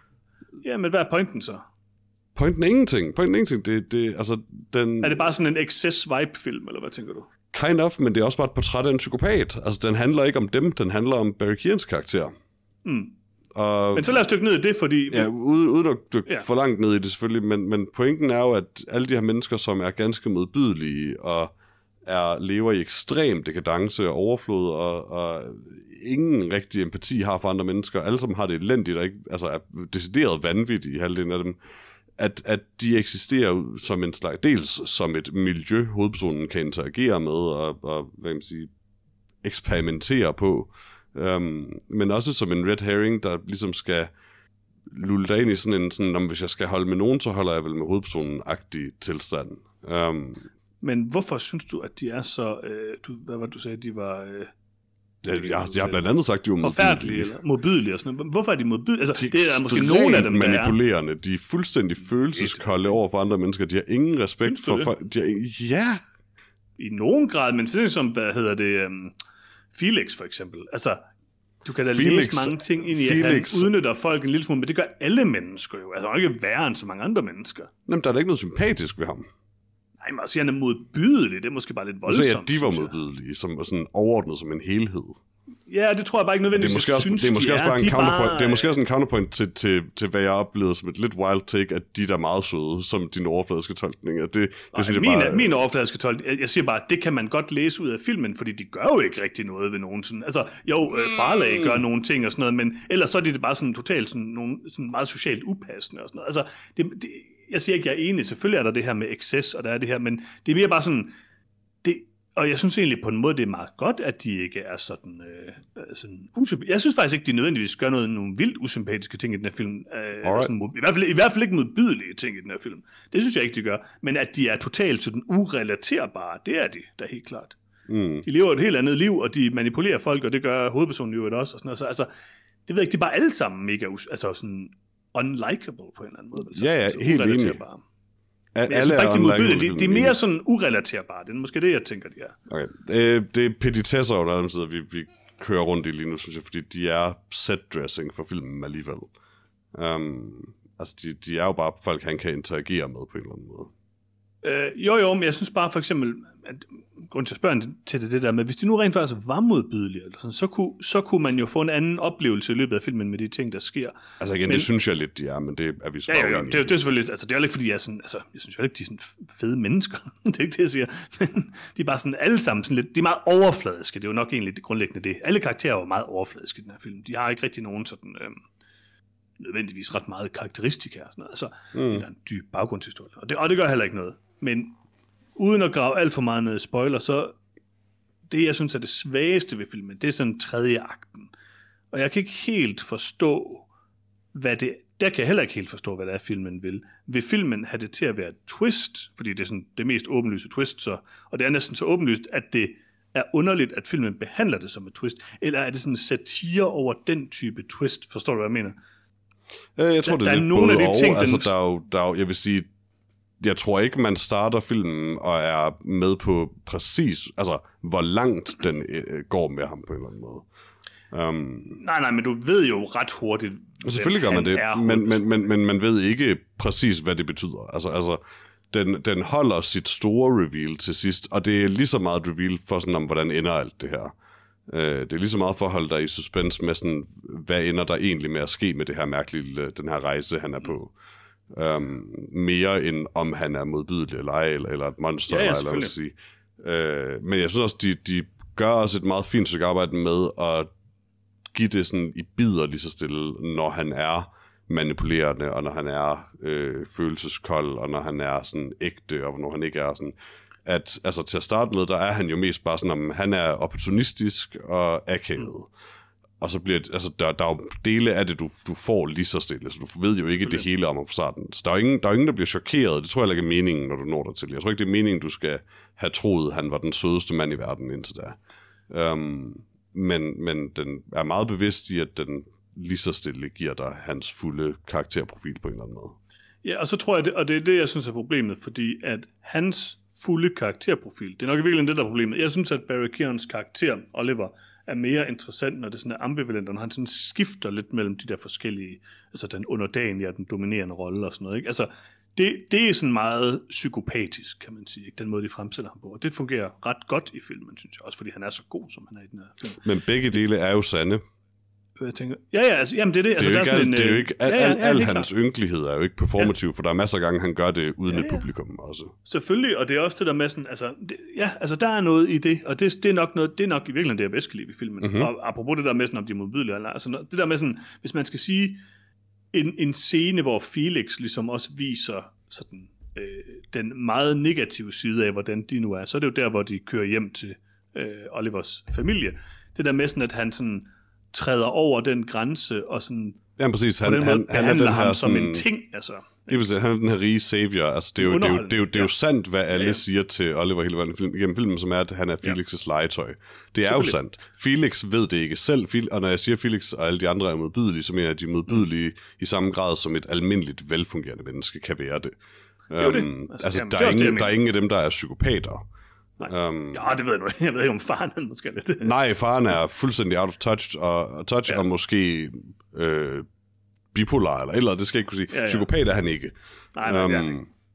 A: Ja, men hvad er pointen så?
B: Pointen er ingenting. Pointen er ingenting. Det, det, altså, den...
A: Er det bare sådan en excess-vibe-film, eller hvad tænker du?
B: Kind of, men det er også bare et portræt af en psykopat. Altså, den handler ikke om dem, den handler om Barry Keoghan's karakter.
A: Mm. Og... Men så lad os dykke ned i det, fordi...
B: Ja, uden, uden at dykke ja. for langt ned i det selvfølgelig, men, men pointen er jo, at alle de her mennesker, som er ganske modbydelige, og er, lever i ekstrem dekadence og overflod, og, og ingen rigtig empati har for andre mennesker, alle som har det elendigt, og ikke, altså er decideret vanvittige i halvdelen af dem, at, at de eksisterer som en slags, dels som et miljø, hovedpersonen kan interagere med, og, og hvad kan man sige, eksperimentere på, um, men også som en red herring, der ligesom skal lulle dig ind i sådan en, sådan, om hvis jeg skal holde med nogen, så holder jeg vel med hovedpersonen-agtig tilstand. Um,
A: Men hvorfor synes du, at de er så... Øh, du, hvad var det, du sagde, de var... Øh,
B: jeg, jeg, jeg har blandt andet sagt, at de var
A: modbydelige. Eller modbydelige og sådan noget. Hvorfor er de modbydelige? Altså, de det er måske nogle af dem, der
B: manipulerende. Er. De er fuldstændig følelseskolde over for andre mennesker. De har ingen respekt for... for de har ingen, ja!
A: I nogen grad, men det er som, hvad hedder det... Um, Felix for eksempel. Altså, du kan da Felix, læse mange ting ind i, Felix. At han udnytter folk en lille smule, men det gør alle mennesker jo. Altså, han er ikke værre end så mange andre mennesker.
B: Jamen, der er da ikke noget sympatisk ved ham.
A: Nej, men altså, han er modbydelig. Det er måske bare lidt voldsomt.
B: Så sagde jeg, de var modbydelige, som sådan overordnet som en helhed.
A: Ja, det tror jeg bare ikke nødvendigvis,
B: det er måske også,
A: synes,
B: det er måske
A: de
B: også
A: er.
B: bare en
A: de
B: counterpoint.
A: bare...
B: Det er måske også en counterpoint til, til, til, hvad jeg oplevede som et lidt wild take, at de der er meget søde, som din overfladiske tolkning. Det, det
A: Nej,
B: synes
A: min,
B: jeg bare...
A: min overfladiske tolkning, jeg, jeg siger bare, det kan man godt læse ud af filmen, fordi de gør jo ikke rigtig noget ved nogen sådan. Altså, jo, øh, Farley gør nogle ting og sådan noget, men ellers så er det bare sådan totalt sådan, nogle, sådan meget socialt upassende og sådan noget. Altså, det, det, jeg siger ikke, jeg er enig. Selvfølgelig er der det her med excess, og der er det her, men det er mere bare sådan... Det, Og jeg synes egentlig på en måde, det er meget godt, at de ikke er sådan, øh, sådan usympatiske. Jeg synes faktisk ikke, de nødvendigvis gør noget, nogle vildt usympatiske ting i den her film. Øh, sådan, i, hvert fald, I hvert fald ikke modbydelige ting i den her film. Det synes jeg ikke, de gør. Men at de er totalt sådan urelaterbare, det er de da helt klart. Mm. De lever et helt andet liv, og de manipulerer folk, og det gør hovedpersonen jo også. Og sådan noget. Så, altså, det ved jeg ikke, de er bare alle sammen mega us- altså sådan unlikable på en eller anden måde.
B: Ja, ja,
A: altså,
B: helt enig.
A: Men jeg synes bare ikke, de modbydelige. De, de er mere sådan urelaterbare. Det er måske det, jeg tænker, de er.
B: Okay. Øh, det er petitesser, der er sidder, vi, vi kører rundt i lige nu, synes jeg, fordi de er set-dressing for filmen alligevel. Um, altså, de, de er jo bare folk, han kan interagere med på en eller anden måde.
A: Øh, jo, jo, men jeg synes bare for eksempel, at grund til at spørge til det, det der med, hvis de nu rent faktisk var modbydelige, eller sådan, så, kunne, så kunne man jo få en anden oplevelse i løbet af filmen med de ting, der sker.
B: Altså igen, men, det synes jeg lidt, de er, men det er vi så
A: ja, jo, jo, det, det er selvfølgelig, altså det er jo ikke, fordi jeg er sådan, altså jeg synes jo ikke, de er sådan fede mennesker, det er ikke det, jeg siger, men de er bare sådan alle sammen sådan lidt, de er meget overfladiske, det er jo nok egentlig det grundlæggende det. Alle karakterer er jo meget overfladiske i den her film, de har ikke rigtig nogen sådan... Øhm, nødvendigvis ret meget karakteristika og sådan noget, altså, mm. eller en dyb baggrundshistorie, og det, og det gør heller ikke noget. Men uden at grave alt for meget ned i spoiler, så det, jeg synes er det svageste ved filmen, det er sådan tredje akten. Og jeg kan ikke helt forstå, hvad det der kan jeg heller ikke helt forstå, hvad det er, filmen vil. Vil filmen have det til at være et twist, fordi det er sådan det mest åbenlyse twist, så, og det er næsten så åbenlyst, at det er underligt, at filmen behandler det som et twist, eller er det sådan en satire over den type twist? Forstår du, hvad jeg mener?
B: Jeg tror,
A: der,
B: det er,
A: der er nogle af de ting,
B: altså, den... der, er jo, der er jo, jeg vil sige, jeg tror ikke, man starter filmen og er med på præcis, altså, hvor langt den øh, går med ham på en eller anden måde. Um,
A: nej, nej, men du ved jo ret hurtigt,
B: selvfølgelig gør man det, men, men, men, men man ved ikke præcis, hvad det betyder. Altså, altså den, den holder sit store reveal til sidst, og det er lige så meget et reveal for sådan, om hvordan ender alt det her. Uh, det er lige så meget for at holde dig i suspense med sådan, hvad ender der egentlig med at ske med det her mærkelige, den her rejse, han er på. Um, mere end om han er modbydelig eller ej, eller, eller et monster, ja, ja, eller hvad jeg sige. Uh, men jeg synes også, de, de gør også et meget fint stykke arbejde med at give det sådan i bidder lige så stille, når han er manipulerende, og når han er øh, følelseskold, og når han er sådan ægte, og når han ikke er sådan. At, altså til at starte med, der er han jo mest bare sådan, om han er opportunistisk og akavet. Og så bliver det, altså der, der er jo dele af det, du, du får lige så stille, så du ved jo ikke det hele om fra starten. Så der er, ingen, der er ingen, der bliver chokeret. Det tror jeg ikke er meningen, når du når dig til. Jeg tror ikke, det er meningen, du skal have troet, han var den sødeste mand i verden indtil da. Um, Men, men den er meget bevidst i, at den lige så stille giver dig hans fulde karakterprofil på en eller anden måde.
A: Ja, og så tror jeg, det, og det er det, jeg synes er problemet, fordi at hans fulde karakterprofil, det er nok i virkeligheden det, der er problemet. Jeg synes, at Barry Keoghan's karakter, Oliver, er mere interessant, når det sådan er ambivalent, og når han sådan skifter lidt mellem de der forskellige, altså den underdanige og den dominerende rolle og sådan noget, ikke? Altså, Det, det er sådan meget psykopatisk, kan man sige, ikke? Den måde, de fremstiller ham på. Og det fungerer ret godt i filmen, synes jeg. Også fordi han er så god, som han er i den her film.
B: Men begge dele er jo sande.
A: Jeg tænker, ja, ja, altså, jamen det er det.
B: Det er
A: altså,
B: jo ikke,
A: der er
B: al,
A: en,
B: det er jo ikke al,
A: ja, ja,
B: al, al
A: ja,
B: hans ynkelighed er jo ikke performativ, ja. For der er masser af gange, han gør det uden
A: ja,
B: et
A: ja.
B: publikum også.
A: Selvfølgelig, og det er også det der med sådan, altså, det, ja, altså der er noget i det, og det, det er nok noget, det er nok i virkeligheden det, jeg bedst kan lide i filmen. Mm-hmm. Og apropos det der med sådan, om de er modbydelige eller altså det der med sådan, hvis man skal sige, en, en scene, hvor Felix ligesom også viser sådan, øh, den meget negative side af, hvordan de nu er, så er det jo der, hvor de kører hjem til øh, Olivers familie. Det der med sådan, at han sådan træder over den grænse, og sådan
B: ja, præcis. Han,
A: på den måde
B: han,
A: behandler
B: han er den
A: ham
B: her,
A: som
B: sådan,
A: en ting, altså.
B: Det vil sige, han er den her rige savior. Altså, det er jo, det er jo, det er jo, det er jo sandt, hvad alle ja, ja. siger til Oliver hele vejen film, gennem filmen, som er, at han er Felix' ja. legetøj. Det er jo sandt. Felix ved det ikke selv, og når jeg siger Felix og alle de andre er modbydelige, så mener jeg, at de er modbydelige mm. i samme grad, som et almindeligt, velfungerende menneske kan være det. Det, um, det. Altså, altså, jamen, der, er ingen, det, der er ingen af dem, der er psykopater.
A: Um, ja, det ved jeg nu. Jeg ved ikke, om faren er måske lidt.
B: Nej, faren er fuldstændig out of touch, og, touch, ja. og måske øh, bipolar, eller eller det skal jeg ikke kunne sige. Ja, ja. Psykopat er han ikke.
A: Nej, nej, um, det er han ikke.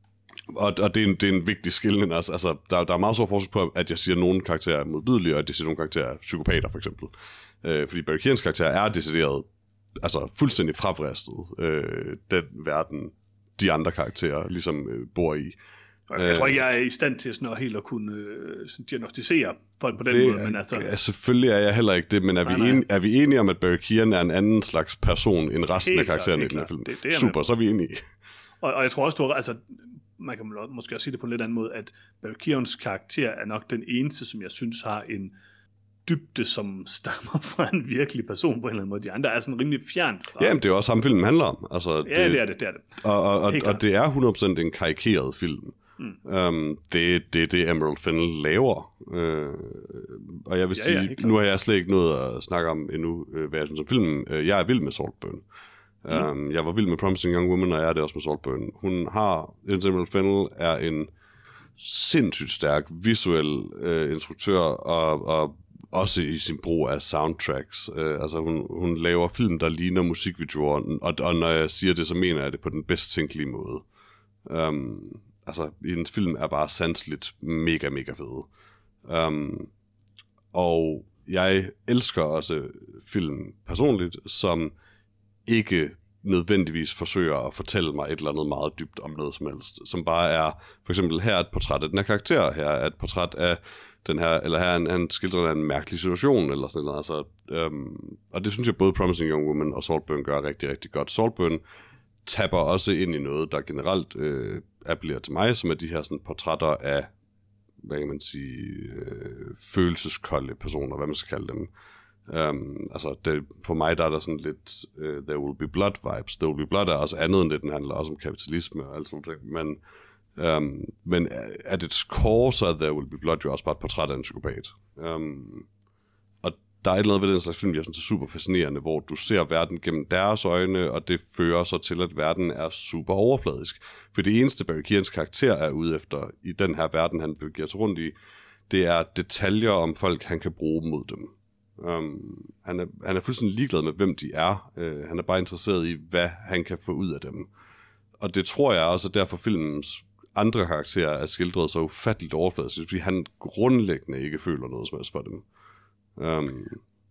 B: Og, og det, er en, det er en vigtig skillning også. Altså, der, der er meget stor forskel på, at jeg siger, at nogle karakterer er modbydelige, og at jeg siger, at nogle karakterer er psykopater, for eksempel. Øh, fordi Barry Keoghan's karakter er decideret, altså fuldstændig frafristet øh, den verden, de andre karakterer ligesom øh, bor i.
A: Jeg tror ikke, jeg er i stand til sådan at helt at kunne øh, diagnostisere folk på den det måde. Men altså...
B: Ja, selvfølgelig er jeg heller ikke det, men er, nej, vi, en, er vi enige om, at Barry Keoghan er en anden slags person end resten helt af karaktererne i den her film? Det, det Super, så er vi enige.
A: Og, og jeg tror også, du har, altså, man kan måske også sige det på en lidt anden måde, at Barry Keoghans karakter er nok den eneste, som jeg synes har en dybde, som stammer fra en virkelig person på en eller anden måde. De andre er sådan rimelig fjernt fra.
B: Jamen, det er jo også samme filmen handler om. Altså,
A: ja, det, det er det, det er det.
B: Og, og, og, og det er hundrede procent en karikeret film. Mm. Um, det er det, det, Emerald Fennell laver. Uh, og jeg vil ja, sige, ja, nu har jeg slet ikke noget at snakke om endnu, uh, hvad jeg synes om filmen. Uh, jeg er vild med Saltburn. Mm. Um, jeg var vild med Promising Young Woman, og jeg er det også med Saltburn. Hun har, Emerald Fennell er en sindssygt stærk visuel uh, instruktør, og, og også i sin brug af soundtracks. Uh, altså hun, hun laver film, der ligner musikvideoer, og, og når jeg siger det, så mener jeg det på den bedst tænkelige måde. Um, altså, hendes film er bare sanseligt mega, mega fede. Um, og jeg elsker også film personligt, som ikke nødvendigvis forsøger at fortælle mig et eller andet meget dybt om noget som helst, som bare er, for eksempel her er et portræt af den her karakter, her er et portræt af den her, eller her er en, en skildring af en mærkelig situation, eller sådan noget. Altså, um, og det synes jeg både Promising Young Woman og Saltburn gør rigtig, rigtig godt. Saltburn tapper også ind i noget, der generelt øh, appellerer til mig, som er de her sådan, portrætter af, hvad kan man sige, øh, følelseskolde personer, hvad man skal kalde dem. Um, altså, det, for mig der er der sådan lidt uh, There Will Be Blood vibes. There Will Be Blood er også andet end det, den handler også om kapitalisme og alt sådan noget. Men, um, men at its core, så er There Will Be Blood jo også bare et portræt af en psykopat. Um, og der er et eller andet ved den slags film, jeg synes er super fascinerende, hvor du ser verden gennem deres øjne, og det fører så til, at verden er super overfladisk. For det eneste Barry Keoghans karakter er ude efter i den her verden, han begiver sig rundt i, det er detaljer om folk, han kan bruge mod dem. Um, han, er, han er fuldstændig ligeglad med, hvem de er. Uh, han er bare interesseret i, hvad han kan få ud af dem. Og det tror jeg også, at derfor filmens andre karakterer er skildret så ufatteligt overfladisk, fordi han grundlæggende ikke føler noget som helst for dem. Um,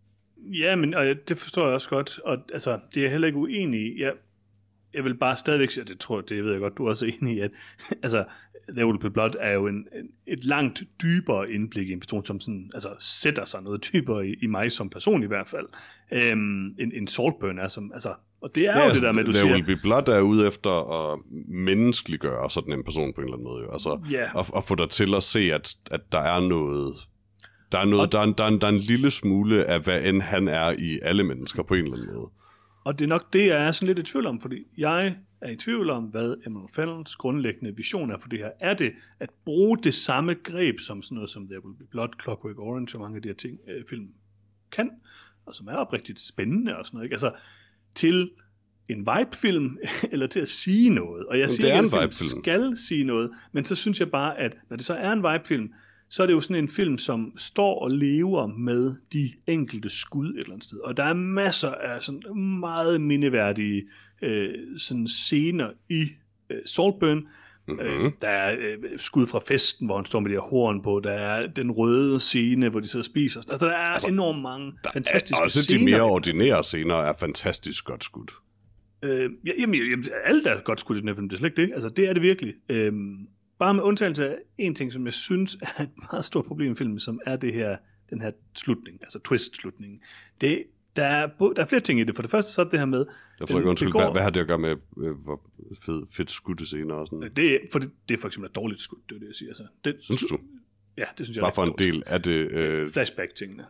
A: ja, men og det forstår jeg også godt, og altså, det er jeg heller ikke uenig i. Jeg, jeg vil bare stadigvæk sige, det tror jeg, det ved jeg godt, du er også enig i, at altså, There Will Be Blood er jo en, en, et langt dybere indblik i en person, som sådan, altså, sætter sig noget dybere i, i mig som person i hvert fald, øhm, en, en Saltburn er som, altså, og det er ja, jo altså, det der med, du
B: There
A: siger...
B: Will Be Blood er ude efter at menneskeliggøre sådan en person på en eller anden måde, jo. Altså,
A: yeah.
B: at, at få dig til at se, at, at der er noget... Der er, noget, og, der, er en, der, er en, der er en lille smule af, hvad end han er i alle mennesker på en eller anden måde.
A: Og det er nok det, jeg er sådan lidt i tvivl om, fordi jeg er i tvivl om, hvad Emerald Fennells grundlæggende vision er for det her. Er det at bruge det samme greb, som sådan noget som There Will Be Blood, Clockwork Orange og mange af de her ting, øh, film kan, og som er oprigtigt spændende og sådan noget, ikke? Altså til en vibe-film, eller til at sige noget. Og jeg siger, at en film skal sige noget, men så synes jeg bare, at når det så er en vibe-film, så er det jo sådan en film, som står og lever med de enkelte skud et eller andet sted. Og der er masser af sådan meget mindeværdige øh, sådan scener i øh, Saltburn. Mm-hmm. Øh, der er øh, skud fra festen, hvor han står med de her horn på. Der er den røde scene, hvor de sidder og spiser. Altså, der er altså, enormt mange fantastiske scener.
B: Også de mere ordinære scener er fantastisk godt skudt.
A: Øh, jamen, jamen, alt er godt skudt i den her film, det er slet ikke det. Altså, det er det virkelig. Øh, Bare med undtagelse af en ting, som jeg synes er et meget stort problem i filmen, som er det her, den her slutning, altså twist-slutningen. Det, der, er, der er flere ting i det. For det første så er det her med...
B: Jeg forstår ikke, undskyld, hvad, hvad har det at gøre med, øh, hvor fed, fedt skudte scener og sådan?
A: Det er, for det, det er for eksempel et dårligt skud, det er det, jeg siger. Altså, det,
B: synes du?
A: Ja, det synes jeg.
B: Bare for en del af det... Øh...
A: Flashback-tingene.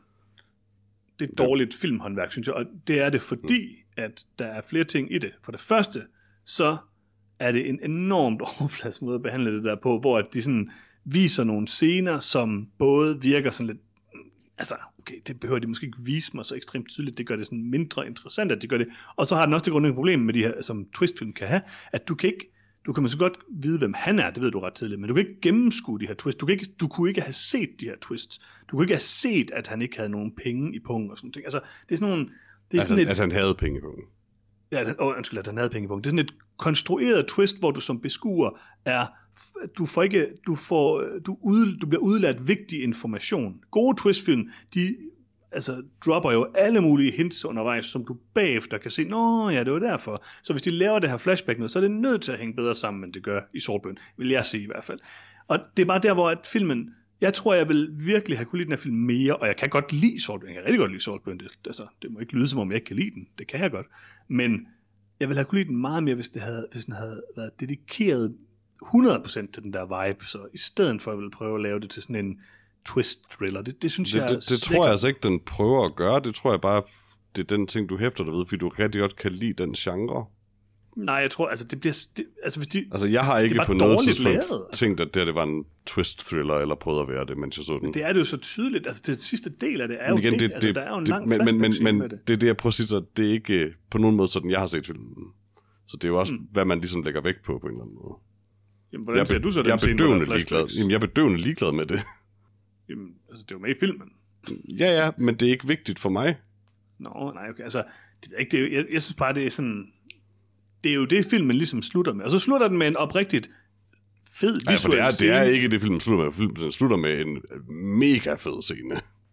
A: Det er et dårligt filmhåndværk, synes jeg. Og det er det, fordi mm. at der er flere ting i det. For det første, så... er det en enormt overfladisk måde at behandle det der på, hvor de sådan viser nogle scener, som både virker sådan lidt, altså, okay, det behøver de måske ikke vise mig så ekstremt tydeligt, det gør det sådan mindre interessant, at de gør det, og så har den også det grundlæggende problem med de her, som twistfilm kan have, at du kan ikke, du kan måske godt vide, hvem han er, det ved du ret tidligt, men du kan ikke gennemskue de her twists, du, kan ikke, du kunne ikke have set de her twists, du kunne ikke have set, at han ikke havde nogen penge i pungen og sådan noget, altså, det er sådan nogle, det er
B: at,
A: sådan
B: han,
A: et,
B: at han havde penge i pungen.
A: Ja, den, oh, undskyld, den havde pengepunkt. Det er sådan et konstrueret twist, hvor du som beskuer er, du får ikke, du får, du, ud, du bliver udladt vigtig information. Gode twistfilm, de altså dropper jo alle mulige hints undervejs, som du bagefter kan se, nå ja, det var derfor. Så hvis de laver det her flashback noget, så er det nødt til at hænge bedre sammen, end det gør i Saltburn, vil jeg sige i hvert fald. Og det er bare der, hvor at filmen, jeg tror, jeg vil virkelig have kunne lide den her film mere, og jeg kan godt lide Saltburn, jeg kan rigtig godt lide Saltburn, det, altså, det må ikke lyde, som om jeg ikke kan lide den, det kan jeg godt, men jeg ville have kunne lide den meget mere, hvis, det havde, hvis den havde været dedikeret hundrede procent til den der vibe, så i stedet for at jeg ville prøve at lave det til sådan en twist-thriller, det, det synes
B: det,
A: jeg...
B: Det, det, det tror jeg altså ikke, den prøver at gøre, det tror jeg bare, det er den ting, du hæfter dig ved, fordi du rigtig godt kan lide den genre.
A: Nej, jeg tror, altså det bliver... Det, altså, hvis de,
B: altså jeg har ikke på noget tidspunkt
A: lavet, altså.
B: tænkt, at det, det var en twist-thriller, eller prøvet at være det, mens jeg så den.
A: Men det er det jo så tydeligt, altså det sidste del af det er jo
B: igen,
A: det,
B: det,
A: altså
B: det,
A: der er jo en
B: det,
A: lang
B: men, men, men, men
A: med det.
B: det er det, jeg prøver at sige, så det er ikke på nogen måde sådan, jeg har set filmen. Så det er jo også, mm. hvad man ligesom lægger vægt på, på en eller anden måde.
A: Jamen, hvordan ser du så den
B: jeg er
A: scene,
B: bedøvende ligeglad. Jamen, jeg er bedøvende ligeglad med det.
A: Jamen, altså det er jo med i filmen.
B: Ja, ja, men det er ikke vigtigt for mig.
A: Nå, nej, okay, altså, det er ikke, det er, jeg, jeg synes bare, det er sådan, det er jo det, filmen ligesom slutter med. Og så slutter den med en oprigtigt fed visuel
B: ja, for det er,
A: scene.
B: det er ikke det, filmen slutter med. Filmen den slutter med en mega fed scene.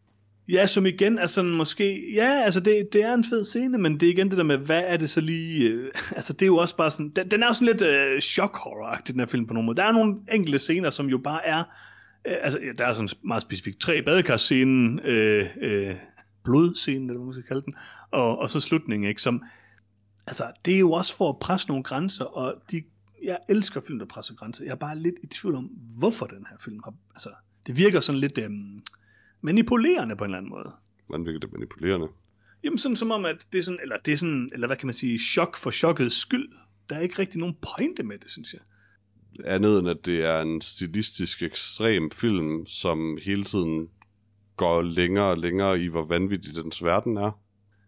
A: Ja, som igen er sådan måske, ja, altså det, det er en fed scene, men det er igen det der med, hvad er det så lige, øh, altså det er jo også bare sådan, den, den er jo sådan lidt øh, shock-horror-agtig, den her film på nogen måde. Der er nogle enkelte scener, som jo bare er, øh, altså der er sådan meget specifikt tre, badekarscenen, øh, øh, blodscenen, eller hvad man skal kalde den, og, og så slutningen, ikke, som, altså det er jo også for at presse nogle grænser, og de, jeg elsker film, der presser grænser. Jeg er bare lidt i tvivl om, hvorfor den her film har, altså det virker sådan lidt... Øh, manipulerende på en eller anden måde.
B: Hvordan virker det manipulerende?
A: Jamen sådan som om, at det er sådan, eller det er sådan, eller hvad kan man sige, chok for chokkets skyld. Der er ikke rigtig nogen pointe med det, synes jeg.
B: Andet end, at det er en stilistisk ekstrem film, som hele tiden går længere og længere i, hvor vanvittig dens verden er.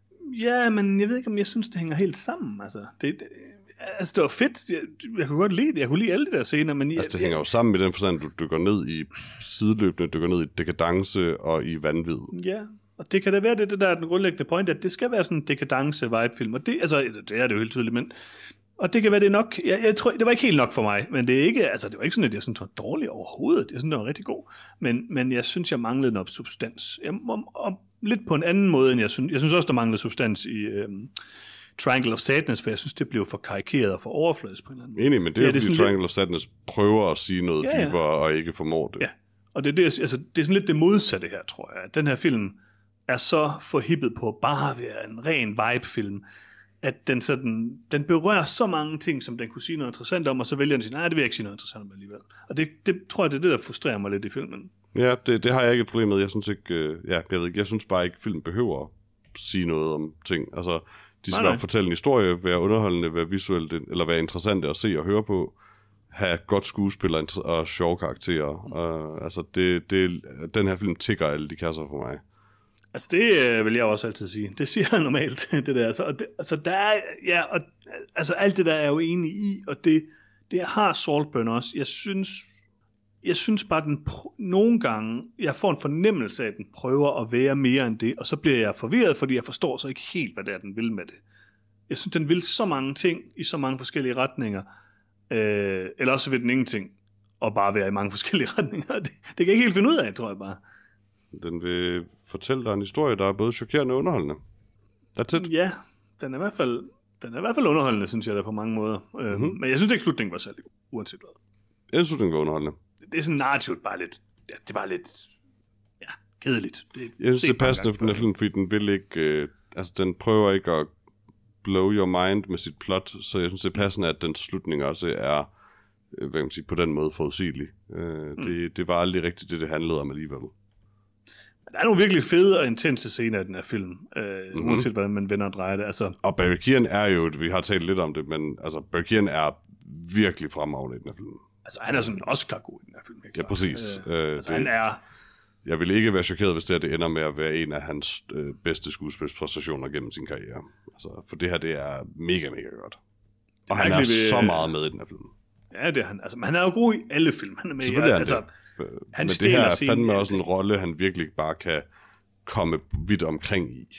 A: Ja, men jeg ved ikke, om jeg synes, det hænger helt sammen. Altså, det, det, altså, det var fedt. Jeg, jeg kunne godt lide det. Jeg kunne lide alle de der scener, men...
B: Altså, det hænger jo sammen i den forstand, at du dykker ned i sideløbende, dykker ned i dekadence og i vanvid.
A: Ja, og det kan da være, det, det der er den grundlæggende point, at det skal være sådan en dekadence-vibe-film. Og det, altså, det er det jo helt tydeligt, men... Og det kan være, det er nok... Jeg, jeg tror, det var ikke helt nok for mig, men det er ikke... Altså, det var ikke sådan, at jeg synes, det var dårligt overhovedet. Jeg synes, det var rigtig god. Men, men jeg synes, jeg manglede noget substans. Jeg, og, og lidt på en anden måde, end jeg synes... Jeg synes også, der manglede substans i... Øhm, Triangle of Sadness, for jeg synes, det blev for karikeret og for overfladisk på en eller anden måde.
B: Enig, men det er ja, jo, fordi Triangle lidt... of Sadness prøver at sige noget ja, ja. dybere, og ikke formår det.
A: Ja, og det er, det, altså, det er sådan lidt det modsatte her, tror jeg. Den her film er så forhippet på at bare være en ren vibe-film, at den, sådan, den berører så mange ting, som den kunne sige noget interessant om, og så vælger den at sige, nej, det vil jeg ikke sige noget interessant om alligevel. Og det, det tror jeg, det er det, der frustrerer mig lidt i filmen.
B: Ja, det, det har jeg ikke et problem med. Jeg synes ikke, øh, ja, jeg ved ikke, jeg synes bare ikke, filmen behøver at sige noget om ting. Altså, de skal bare fortælle en historie, være underholdende, være visuelt, eller være interessante at se og høre på, have godt skuespil og sjove karakterer. Mm. Og, altså, det, det, den her film tikker alle de kasser for mig.
A: Altså, det øh, vil jeg også altid sige. Det siger jeg normalt, det der. Altså, og det, altså, der er, ja, og, altså, alt det der er jeg jo enig i, og det, det har Saltburn også. Jeg synes, jeg synes bare, den pr- nogle gange, jeg får en fornemmelse af, at den prøver at være mere end det, og så bliver jeg forvirret, fordi jeg forstår så ikke helt, hvad det er, den vil med det. Jeg synes, den vil så mange ting i så mange forskellige retninger, øh, eller også vil den ingenting, og bare være i mange forskellige retninger. Det, det kan jeg ikke helt finde ud af, tror jeg bare.
B: Den vil fortælle dig en historie, der er både chokerende og underholdende. That's it.
A: Ja, den er i hvert fald, den er i hvert fald underholdende, synes jeg, der på mange måder. Mm-hmm. Øhm, men jeg synes ikke, slutningen var særlig god, uanset hvad.
B: Jeg synes, den var underholdende.
A: Det er sådan narrativt bare lidt, ja, det er bare lidt, ja, kedeligt. Det,
B: jeg synes, det er passende for den her film, fordi den vil ikke, øh, altså den prøver ikke at blow your mind med sit plot, så jeg synes, det er passende, at den slutning også er, øh, hvad kan man sige, på den måde forudsigelig. Øh, mm. det, det var aldrig rigtigt det, det handlede om alligevel.
A: Men der er nogle virkelig fede og intense scener i den her film, øh, mm-hmm. uanset hvordan man vender og drejer det. Altså...
B: Og Barry Keoghan er jo, vi har talt lidt om det, men altså, Barry Keoghan er virkelig fremragende i den her film.
A: Altså, han er sådan Oscar god i den her film.
B: Ja, præcis.
A: Øh, øh, altså, det, han er...
B: Jeg vil ikke være chokeret, hvis det, her, det ender med at være en af hans øh, bedste skuespilspræstationer gennem sin karriere. Altså, for det her, det er mega, mega godt. Og han er ved... så meget med i den her film.
A: Ja, det er han. Altså, han er jo god i alle film. Han er med i,
B: er
A: altså,
B: det.
A: Han
B: men det her er fandme også en rolle, han virkelig bare kan komme vidt omkring i.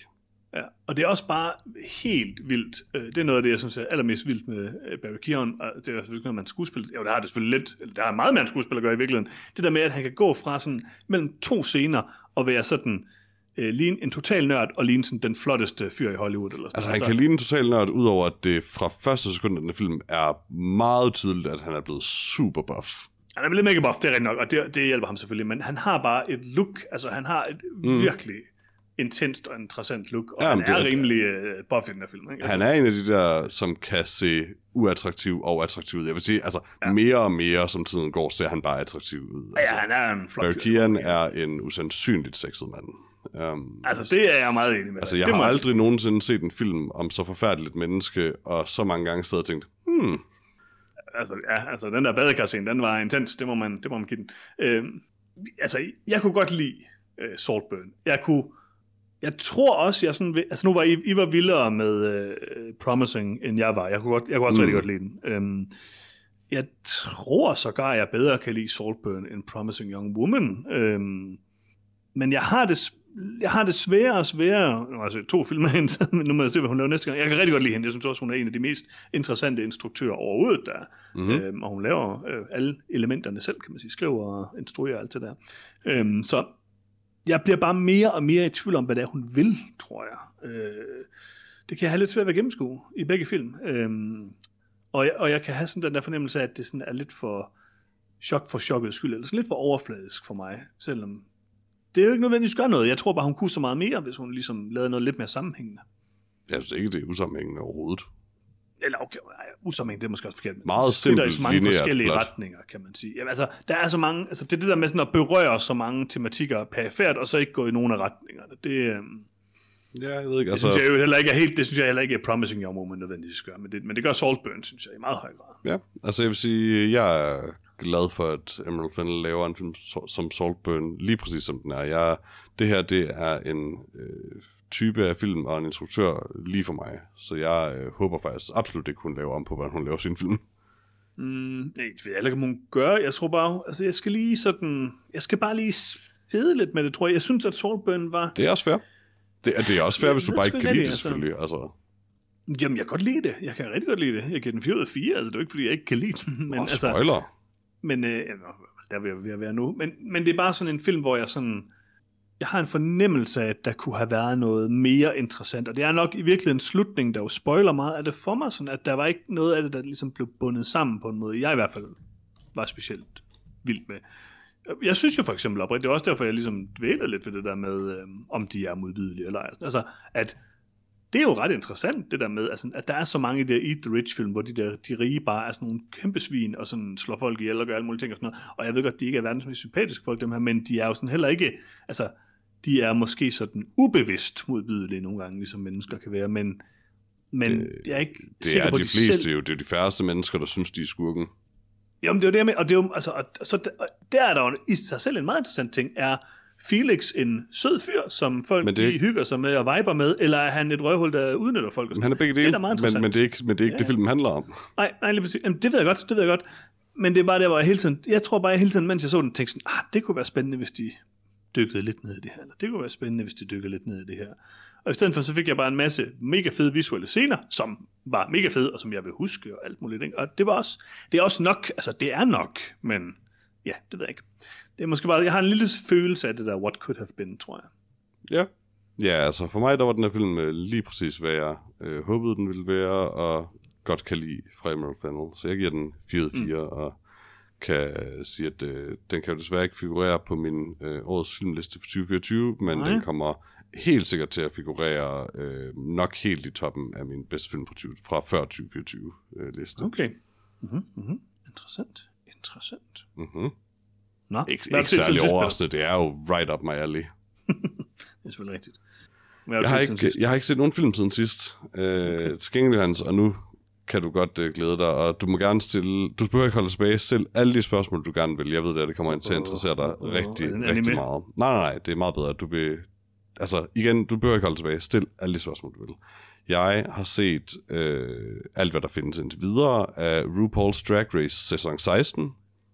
A: Ja, og det er også bare helt vildt. Det er noget af det, jeg synes er allermest vildt med Barry Keoghan. Og det er selvfølgelig ikke noget, man skuespiller. Jo, det har det selvfølgelig lidt. Eller det har meget, man skuespiller gør i virkeligheden. Det der med, at han kan gå fra sådan mellem to scener og være sådan øh, ligne en total nørd og ligne sådan den flotteste fyr i Hollywood. Eller sådan.
B: Altså, han altså, kan ligne en total nørd, udover at det fra første sekund af den film er meget tydeligt, at han er blevet super buff.
A: Han er blevet mega buff, det er rigtigt nok, og det, det hjælper ham selvfølgelig. Men han har bare et look. Altså, han har et mm. virkelig intenst og interessant look, og Jamen, han er, er rimelig uh, buff i den her film. Ikke?
B: Han er en af de der, som kan se uattraktiv og attraktiv ud. Jeg vil sige, altså ja. mere og mere, som tiden går, ser han bare attraktiv ud.
A: Altså, ja, han er en flot
B: fyr. Barry Keoghan er en usandsynligt sexet mand. Um,
A: altså, det er jeg meget enig med.
B: Altså, jeg det har aldrig nogensinde set en film om så forfærdeligt menneske, og så mange gange siddet og tænkt, hmm...
A: Altså, ja, altså, den der badekarscene, den var intens, det må man, det må man give den. Øhm, altså, jeg kunne godt lide uh, Saltburn. Jeg kunne... Jeg tror også, jeg sådan... Altså, nu var I, I var vildere med uh, Promising, end jeg var. Jeg kunne, godt, jeg kunne også mm. rigtig godt lide den. Øhm, jeg tror sågar, jeg bedre kan lide Saltburn end Promising Young Woman. Øhm, men jeg har det... Jeg har det sværere og sværere, nu altså to filmer hende, men nu må jeg se, hvad hun laver næste gang. Jeg kan rigtig godt lide hende. Jeg synes også, hun er en af de mest interessante instruktører overhovedet der. Mm-hmm. Øhm, og hun laver øh, alle elementerne selv, kan man sige. Skriver og instruerer alt det der. Øhm, så jeg bliver bare mere og mere i tvivl om, hvad det er, hun vil, tror jeg. Øh, det kan jeg have lidt svært ved at gennemskue i begge film. Øhm, og, jeg, og jeg kan have sådan den der fornemmelse af, at det sådan er lidt for chok for chokkets skyld, eller sådan lidt for overfladisk for mig, selvom det er jo ikke nødvendigvis gør noget. Jeg tror bare, hun kunne så meget mere, hvis hun ligesom lavede noget lidt mere sammenhængende.
B: Jeg synes ikke, det er usammenhængende overhovedet.
A: Eller okay, nej, usammenhængende, det er måske også forkert.
B: Meget simpelt,
A: i så mange forskellige plot. Retninger, kan man sige. Jamen, altså, der er så mange, altså, det er det der med sådan at berøre så mange tematikker perifært, og så ikke gå i nogen af retningerne. Det, øhm,
B: ja, jeg ved ikke. Altså...
A: Det synes jeg jo heller ikke er helt, det synes jeg heller ikke er Promising Young Woman nødvendigvis gør, men det, men det gør Saltburn, synes jeg, i meget høj grad.
B: Ja, altså jeg vil sige, jeg er glad for, at Emerald Fennell laver en film som Saltburn, lige præcis som den er. Jeg, det her, det er en øh, type af film og en instruktør lige for mig, så jeg øh, håber faktisk absolut ikke, hun laver om på, hvordan hun laver sin film.
A: Mm, nej, det ved jeg ikke, om hun gør. Jeg tror bare, altså jeg skal lige sådan, jeg skal bare lige fede lidt med det, tror jeg. Jeg synes, at Saltburn var...
B: Det er også fair. Det er, det er også fair, hvis du bare ikke kan lide det, selvfølgelig. Altså.
A: Jamen, jeg kan godt lide det. Jeg kan rigtig godt lide det. Jeg giver den fire ud af fire, altså det er jo ikke, fordi jeg ikke kan lide den. Men,
B: oh, spoiler. Altså,
A: men, øh, der vil jeg, vil jeg være nu. Men, men det er bare sådan en film, hvor jeg sådan... Jeg har en fornemmelse af, at der kunne have været noget mere interessant. Og det er nok i virkeligheden en slutning, der jo spoiler meget af det for mig, sådan at der var ikke noget af det, der ligesom blev bundet sammen på en måde. Jeg i hvert fald var specielt vild med. Jeg synes jo for eksempel oprigtigt, det er også derfor, jeg ligesom dvæler lidt ved det der med, øh, om de er modbydelige eller ej. Altså, at det er jo ret interessant, det der med, altså, at der er så mange af de der Eat the Rich-film, hvor de, der, de rige bare er sådan nogle kæmpe svin, og sådan slår folk ihjel og gør alle mulige ting og sådan noget. Og jeg ved godt, de ikke er verdens mest sympatiske folk, dem her, men de er jo sådan heller ikke, altså, de er måske sådan ubevidst modbydelige nogle gange, ligesom mennesker kan være, men, men det, jeg er ikke
B: det
A: sikker
B: er
A: på,
B: de, de fleste selv... jo, det er de færreste mennesker, der synes, de er skurken.
A: Jamen, det er jo det med, og det er jo, altså, og, så der, der er der jo i sig selv en meget interessant ting, er Felix en sød fyr, som folk det... de hygger sig med og viber med, eller er han et røvhul, der udnytter folk?
B: Men han er begge dele, det er men, men det er ikke, men det, er ikke ja. det, filmen handler om.
A: Nej, nej, lige præcis. Jamen, det ved jeg godt, det ved jeg godt. Men det er bare der, hvor jeg hele tiden, jeg tror bare jeg hele tiden, mens jeg så den, tænkte sådan, ah, det kunne være spændende, hvis de dykkede lidt ned i det her, eller det kunne være spændende, hvis de dykkede lidt ned i det her. Og i stedet for, så fik jeg bare en masse mega fede visuelle scener, som var mega fede, og som jeg vil huske, og alt muligt. Ikke? Og det var også, det er også nok, altså det er nok, men ja, det ved jeg ikke. Det er måske bare, jeg har en lille følelse af det der, what could have been, tror jeg.
B: Ja, ja, altså for mig, der var den her film lige præcis, hvad jeg øh, håbede, den ville være, og godt kan lide fra Emerald Fennell. Så jeg giver den fire ud af fire, mm. og kan sige, at øh, den kan jo desværre ikke figurere på min øh, årets filmliste for tyve fireogtyve, men Nej. den kommer helt sikkert til at figurere øh, nok helt i toppen af min bedste film fra, tyve, fra før tyve fireogtyve øh, liste.
A: Okay. Mm-hmm, mm-hmm. Interessant. Interessant.
B: Mhm.
A: Nå,
B: Ik- ikke særlig overraskende, det er jo right up my alley.
A: Det er selvfølgelig rigtigt.
B: Jeg, jeg, har ikke, jeg har ikke set nogen film siden sidst. Øh, okay. Til gengæld, Hans, og nu kan du godt øh, glæde dig, og du må gerne stille, du behøver ikke holde tilbage, stil alle de spørgsmål, du gerne vil. Jeg ved det, det kommer ind til at interessere dig uh, uh, rigtig, uh, rigtig meget. Nej, nej, nej, det er meget bedre, at du vil, altså igen, du behøver ikke holde tilbage, stil alle de spørgsmål, du vil. Jeg har set øh, alt, hvad der findes indtil videre af RuPaul's Drag Race sæson seksten,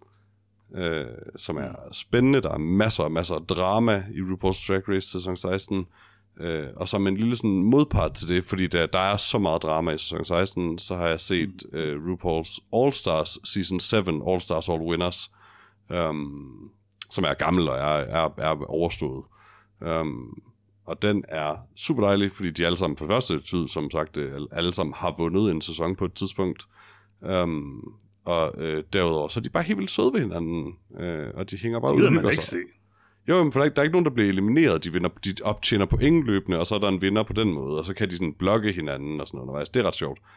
B: øh, som er spændende. Der er masser og masser af drama i RuPaul's Drag Race sæson seksten. Øh, og som en lille sådan modpart til det, fordi der, der er så meget drama i sæson seksten, så har jeg set øh, RuPaul's All Stars Season syv, All Stars All Winners, um, som er gammel og er, er, er overstået. Um, og den er super dejlig, fordi de alle sammen på første tid, som sagt, alle sammen har vundet en sæson på et tidspunkt. Um, og øh, derudover, så er de bare helt vildt søde ved hinanden, øh, og de hænger bare ud og hygger sig. Jo, men for der er, der er ikke nogen, der bliver elimineret. De, vinder, de optjener point løbende, og så er der en vinder på den måde, og så kan de sådan blogge hinanden og sådan noget undervejs. Det er ret sjovt.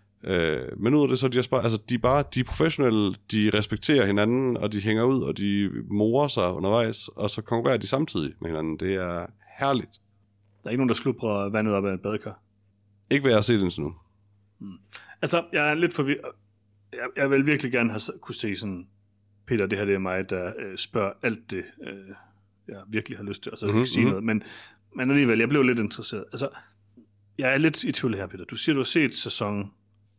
B: Øh, men ud af det, så er de, bare, altså, de er bare de er professionelle, de respekterer hinanden, og de hænger ud, og de morer sig undervejs, og så konkurrerer de samtidig med hinanden. Det er herligt.
A: Der er ikke nogen, der slubrer vandet op af en badekar?
B: Ikke hvad jeg har set indtil nu.
A: Hmm. Altså, jeg er lidt forvirret. Jeg, jeg vil virkelig gerne have kunne se sådan, Peter, det her det er mig, der øh, spørger alt det, øh, jeg virkelig har lyst til, og så mm-hmm, ikke sige mm-hmm. noget, men, men alligevel, jeg blev lidt interesseret. Altså, jeg er lidt i tvivl her, Peter. Du siger, du har set sæson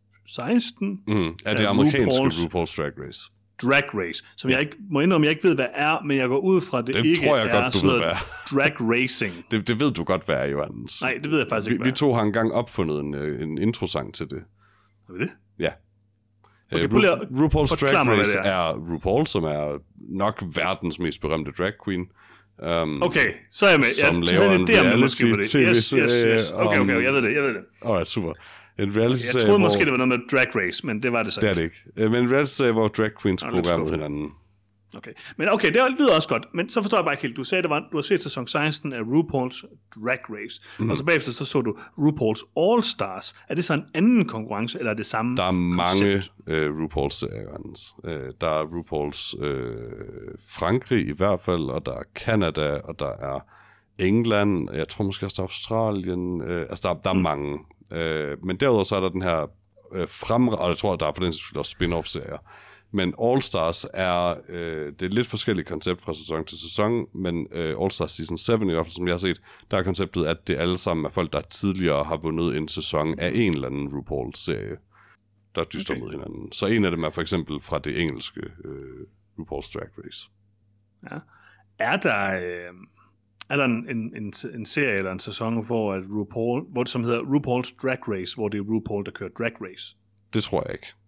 A: seksten?
B: Mm, er det amerikanske RuPaul's, RuPaul's Drag Race?
A: Drag Race, som ja. jeg ikke må indrømme, jeg ikke ved, hvad er, men jeg går ud fra, det, det ikke tror jeg er godt, du ved, hvad drag racing.
B: det, det ved du godt, hvad er, Johannes.
A: Nej, det ved jeg faktisk ikke,
B: Vi, vi to har engang opfundet en, en introsang til det.
A: Har vi det?
B: Ja.
A: Okay,
B: uh, Ru- RuPaul's Drag Race er. er RuPaul, som er nok verdens mest berømte drag queen. Um,
A: okay, så er jeg med.
B: Som
A: ja,
B: laver en reality-tv-serie.
A: Yes, yes, yes. Okay, okay, jeg ved det, jeg ved det.
B: Alright, super. En reality
A: jeg troede måske, hvor... det var noget med drag race, men det var det så
B: ikke. Det er det ikke. Men en reality-serie, hvor drag queens kunne være mod hinanden.
A: Okay, men okay, det lyder også godt, men så forstår jeg bare ikke helt. Du sagde, det var, du har set sæson seksten af RuPaul's Drag Race, mm. og så bagefter så så du RuPaul's All Stars. Er det så en anden konkurrence, eller er det samme
B: Der er
A: koncept?
B: mange uh, RuPaul's-serier. Uh, der er RuPaul's uh, Frankrig i hvert fald, og der er Canada, og der er England, jeg tror måske også der er Australien. Uh, altså, der, der er mm. mange. Uh, men derudover så er der den her uh, fremre... Og jeg tror, der er for den sags skyld også spin-off-serier. Men All Stars er, øh, det er et lidt forskelligt koncept fra sæson til sæson, men øh, All Stars Season syv, i hvert fald som jeg har set, der er konceptet, at det alle sammen er folk, der tidligere har vundet en sæson af en eller anden RuPaul-serie, der dyster okay. mod hinanden. Så en af dem er for eksempel fra det engelske øh, RuPaul's Drag Race.
A: Ja. Er der, øh, er der en, en, en, en serie eller en sæson, hvor, at RuPaul, hvor det som hedder RuPaul's Drag Race, hvor det er RuPaul, der kører Drag Race?
B: Det tror jeg ikke.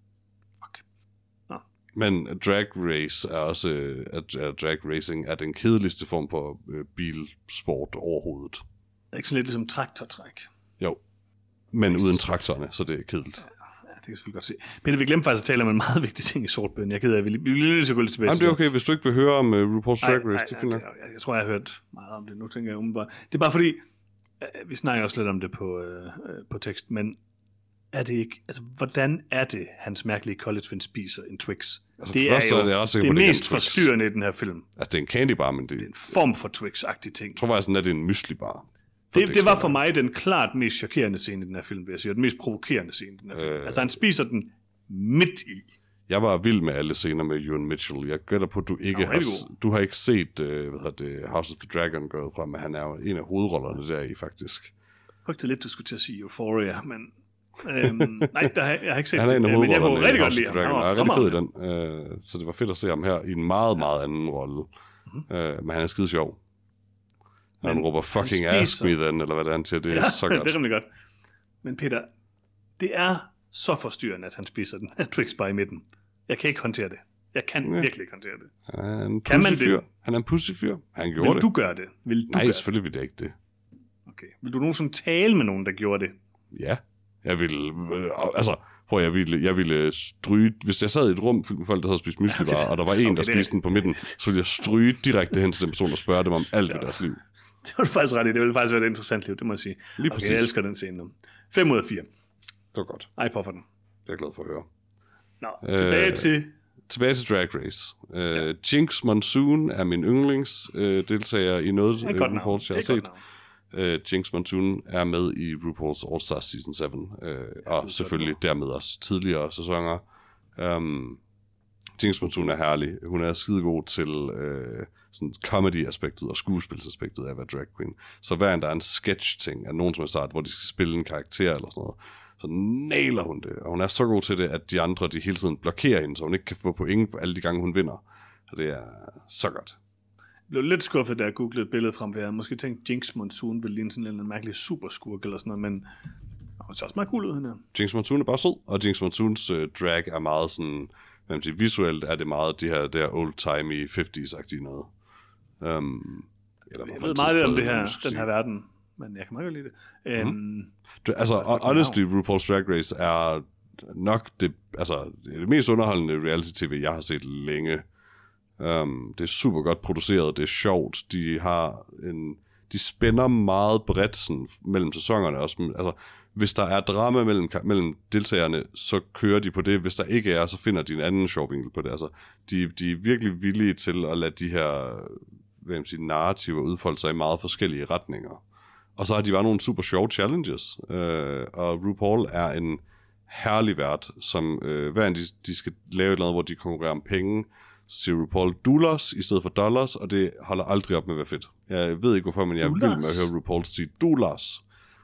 B: Men drag race er også, at, at drag racing er den kedeligste form for øh, bilsport overhovedet.
A: Det er ikke så lidt ligesom traktortræk.
B: Jo, men uden traktorerne, så det er kedeligt.
A: Ja, ja, det kan jeg selvfølgelig godt se. Peter, vi glemte faktisk at tale om en meget vigtig ting i sortbøn. Jeg keder, jeg vil, vi vil lige så gå lidt tilbage.
B: Jamen, det er okay, hvis du ikke vil høre om uh, RuPaul's Drag Race. Det finder.
A: Jeg, jeg tror, jeg har hørt meget om det. Nu tænker jeg umiddelbart. Det er bare fordi, uh, vi snakker også lidt om det på, uh, på tekst, men er det ikke, altså, hvordan er det, hans mærkelige college-ven spiser en Twix?
B: Altså,
A: det er jo
B: er det,
A: det mest forstyrrende i den her film.
B: Altså, det er en candy bar, men det,
A: det er en form for Twix-agtig ting.
B: Jeg tror faktisk, at det er en mysli bar.
A: Det, det, det var for mig den klart mest chokerende scene i den her film, vil jeg sige, og den mest provokerende scene i den her film. Øh... Altså, han spiser den midt i.
B: Jeg var vild med alle scener med Ewan Mitchell. Jeg gætter på, at du ikke har, du har ikke set uh, hvad hedder det, House of the Dragon gået frem, men han er jo en af hovedrollerne der i, faktisk.
A: Jeg frygtede lidt, du skulle til at sige Euphoria, men... øhm, nej, der har, jeg har ikke set
B: han er en af
A: det, men jeg kunne rigtig godt lide ham.
B: Han var rigtig fed i den, uh, så det var fedt at se ham her i en meget, meget anden rolle. Mm-hmm. Uh, men han er skide sjov. Han men råber fucking ask me then, eller hvad det er, han siger. Det er ja, så godt.
A: Det er rimelig godt. Men Peter, det er så forstyrrende, at han spiser den her Twix bar i midten. Jeg kan ikke håndtere det. Jeg kan ja. virkelig ikke håndtere det.
B: Han er en kan man fyr. Han er en pussyfyr. Han gjorde
A: vil
B: det.
A: Vil du gøre det? Vil du
B: Nej,
A: gøre
B: selvfølgelig vil det ikke det.
A: Okay. Vil du nogensinde tale med nogen, der gjorde det?
B: Ja. Jeg ville, øh, altså, prøv, jeg ville, jeg ville stryge, hvis jeg sad i et rum fyldt med folk, der havde spist myslivarer, okay, og der var en, okay, der spiste den på midten, så ville jeg stryge direkte hen til den person og spørge dem om alt ved deres liv.
A: Det var du faktisk ret i. Det ville faktisk være et interessant liv, det må jeg sige. Lige præcis. Okay, jeg elsker den scene nu. fem ud af fire.
B: Det var godt.
A: Ej, på for den.
B: Det er jeg glad for at høre.
A: Nå, tilbage øh, til...
B: Tilbage til Drag Race. Uh, ja. Jinx Monsoon er min yndlings uh, deltager i noget, uh, RuPaul, jeg har set. Uh, Jinx Monsoon er med i RuPaul's All Stars Season syv, uh, og ja, selvfølgelig dermed også tidligere sæsoner. Um, Jinx Monsoon er herlig. Hun er skidegod til uh, sådan comedy-aspektet og skuespilsaspektet af at være drag queen. Så hver en der er en sketch-ting af nogen som er start, hvor de skal spille en karakter eller sådan noget, så nailer hun det. Og hun er så god til det, at de andre de hele tiden blokerer hende, så hun ikke kan få point for alle de gange, hun vinder. Og det er så godt.
A: blev lidt skuffet, da jeg googlede et billede frem, for jeg havde måske tænkt, Jinx Monsoon ville ligne sådan en mærkelig superskurk eller sådan noget, men det ser også meget cool ud hende.
B: Jinx Monsoon er bare sød, og Jinx Monsoons øh, drag er meget sådan, hvad man siger, visuelt er det meget de her der old-timey halvfemserne-agtige noget. Um, eller
A: jeg ved meget lidt om det her, den her verden, men jeg kan meget godt lide det. Um,
B: mm. du, altså, honestly, RuPaul's Drag Race er nok det, altså, det mest underholdende reality-tv, jeg har set længe. Um, det er super godt produceret, det er sjovt, de har en, de spænder meget bredt sådan, mellem sæsonerne også. Altså, hvis der er drama mellem, mellem deltagerne, så kører de på det. Hvis der ikke er, så finder de en anden sjov vinkel på det. Altså, de, de er virkelig villige til at lade de her hvad man siger, narrativer udfolde sig i meget forskellige retninger. Og så har de bare nogle super sjove challenges. Øh, og RuPaul er en herlig vært, som øh, hver en de, de skal lave noget, hvor de konkurrerer om penge, så siger RuPaul dollars i stedet for dollars, og det holder aldrig op med at være fedt. Jeg ved ikke, hvorfor, men jeg er vild med at høre RuPaul sige dollars.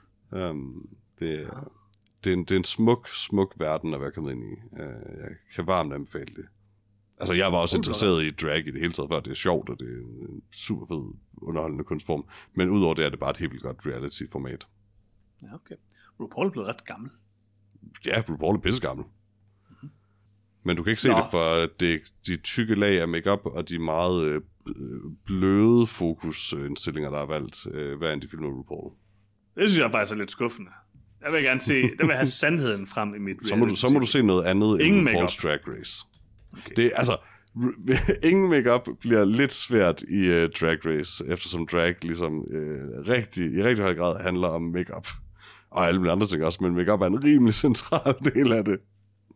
B: Um, det, ja. det, er en, det er en smuk, smuk verden at være kommet ind i. Uh, jeg kan varmt anbefale det. Altså, jeg var også interesseret i drag i det hele taget, for det er sjovt, og det er en super fed, underholdende kunstform. Men udover det er det bare et helt vildt godt reality-format.
A: Ja, okay. RuPaul er blevet ret gammel.
B: Ja, RuPaul er pissegammel. Mm-hmm. Men du kan ikke se Nå. det for det, de tykke lag af makeup og de meget øh, bløde fokusindstillinger, der er valgt, øh, hver en de filmer RuPaul.
A: Det synes jeg faktisk er lidt skuffende. Jeg vil gerne se, der vil have sandheden frem i mit reality.
B: Så må du, så må du se noget andet
A: Ingen
B: end RuPaul's Drag Race. Okay. Det, altså, ingen makeup bliver lidt svært i uh, Drag Race, eftersom drag ligesom uh, rigtig, i rigtig høj grad handler om makeup. Og alle mulige andre ting også, men makeup er en rimelig central del af det.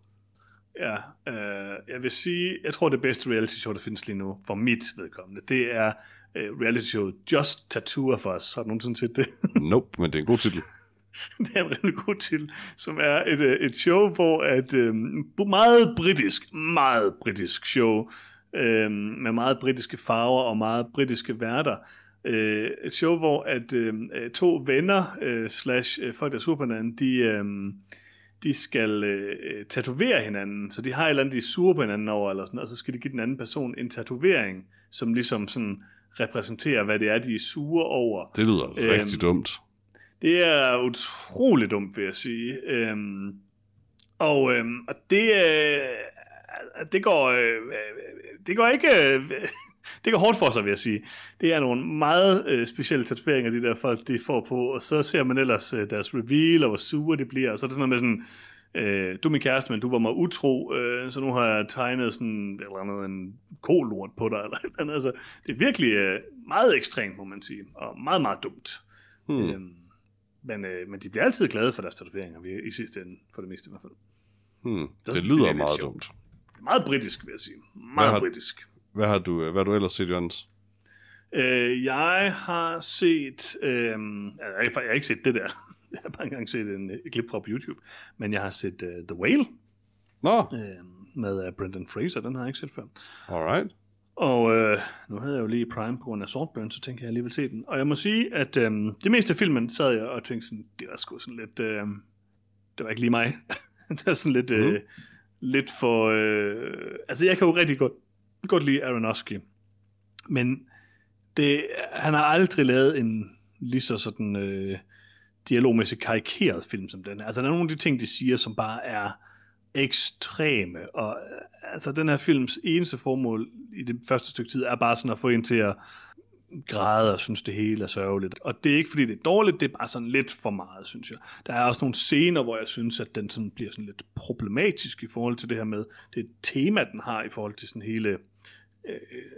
A: Ja, øh, jeg vil sige, jeg tror det bedste reality show, der findes lige nu, for mit vedkommende, det er uh, reality show Just Tattoo of Us. Har du nogensinde set det?
B: Nope, men det er en god titel.
A: Det er en rigtig god titel, som er et, et show, hvor et øh, meget britisk, meget britisk show, øh, med meget britiske farver og meget britiske værter. Øh, et show, hvor at øh, to venner, øh, slash øh, folk, der er sur på hinanden, de, øh, de skal øh, tatovere hinanden. Så de har et eller andet, de er sure på hinanden over, eller sådan, og så skal de give den anden person en tatovering, som ligesom sådan repræsenterer, hvad det er, de er sure over.
B: Det lyder øh, rigtig dumt.
A: Det er utroligt dumt, vil jeg sige. Øhm, og, øhm, og det, øh, det, går, øh, det går ikke... Øh, det går hårdt for sig, vil jeg sige. Det er nogle meget øh, specielle tatoveringer, de der folk de får på, og så ser man ellers øh, deres reveal, og hvor sure de bliver, og så er det sådan noget med sådan, øh, du er min kæreste, men du var mig utro, øh, så nu har jeg tegnet sådan, eller andet, en kolort på dig, eller et eller andet. Altså, det er virkelig øh, meget ekstremt, må man sige, og meget, meget dumt. Hmm. Øhm, Men, øh, men de bliver altid glade for deres tatoveringer, i sidste ende, for det meste i hvert fald.
B: Hmm. Det, det lyder det meget sjovt. Dumt.
A: Meget britisk, vil jeg sige. Meget hvad har, britisk.
B: Hvad har du, hvad har du ellers set, Jørgens?
A: Øh, jeg har set... Øh, jeg, har, jeg har ikke set det der. Jeg har bare engang set en, et klip fra på YouTube. Men jeg har set uh, The Whale.
B: Nå.
A: Øh, med uh, Brendan Fraser. Den har jeg ikke set før.
B: Alright.
A: Og øh, nu havde jeg jo lige Prime på grund af Saltburn, så tænkte jeg alligevel se den. Og jeg må sige, at øh, det meste af filmen sad jeg og tænkte sådan, det var sgu sådan lidt, øh, det var ikke lige mig. Det var sådan lidt, øh, mm. lidt for, øh, altså jeg kan jo rigtig godt, godt lide Aronofsky. Men det, han har aldrig lavet en lige så sådan øh, dialogmæssigt karikeret film som den her. Altså der er nogle af de ting, de siger, som bare er ekstreme, og altså den her films eneste formål i det første stykke tid er bare sådan at få en til at græde og synes det hele er sørgeligt, og det er ikke fordi det er dårligt, det er bare sådan lidt for meget, synes jeg. Der er også nogle scener, hvor jeg synes at den sådan bliver sådan lidt problematisk i forhold til det her med det tema den har i forhold til sådan hele øh,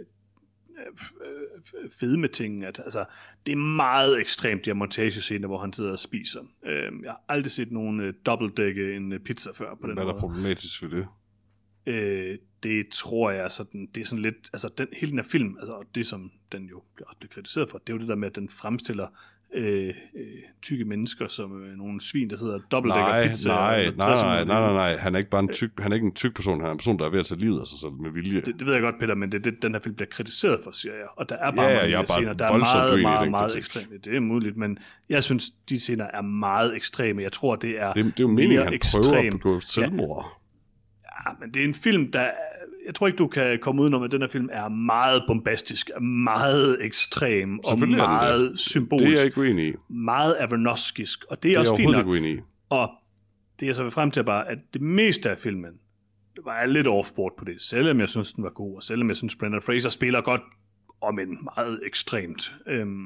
A: fedme-ting, at altså, det er meget ekstremt, de her montagescener, hvor han sidder og spiser. Øh, jeg har aldrig set nogen øh, dobbeltdække en øh, pizza før på den måde.
B: Hvad er der problematisk ved det?
A: Øh, det tror jeg sådan, det er sådan lidt, altså den, hele den her film, altså det som den jo bliver, bliver kritiseret for, det er jo det der med, at den fremstiller øh, øh, tykke mennesker som øh, nogle svin, der sidder og dobbeltdækker pizza.
B: Nej, nej, nej, nej, nej, nej, han er ikke bare en tyk, han er ikke en tyk person, han er en person, der er ved at tage livet af sig selv med vilje.
A: Det, det ved jeg godt, Peter, men det er det, den her film bliver kritiseret for, siger jeg, og der er bare
B: ja,
A: mange
B: ja,
A: scener, der er meget, meget, meget ekstreme. Det er muligt, men jeg synes, de scener er meget ekstreme. Jeg tror, det er
B: Det, det er jo meningen, han ekstrem. prøver at begå selvmord.
A: Ja, ja, men det er en film, der jeg tror ikke, du kan komme udenom, at den her film er meget bombastisk, meget ekstrem og meget symbolisk.
B: Det er jeg ikke uenig i.
A: Meget Aronofskisk, og det er, det er også fint nok. Uenig i. Og det er så frem til bare, at det meste af filmen var jeg lidt offboard på det, selvom jeg synes, den var god, og selvom jeg synes, Brendan Fraser spiller godt, om en meget ekstremt. Øhm,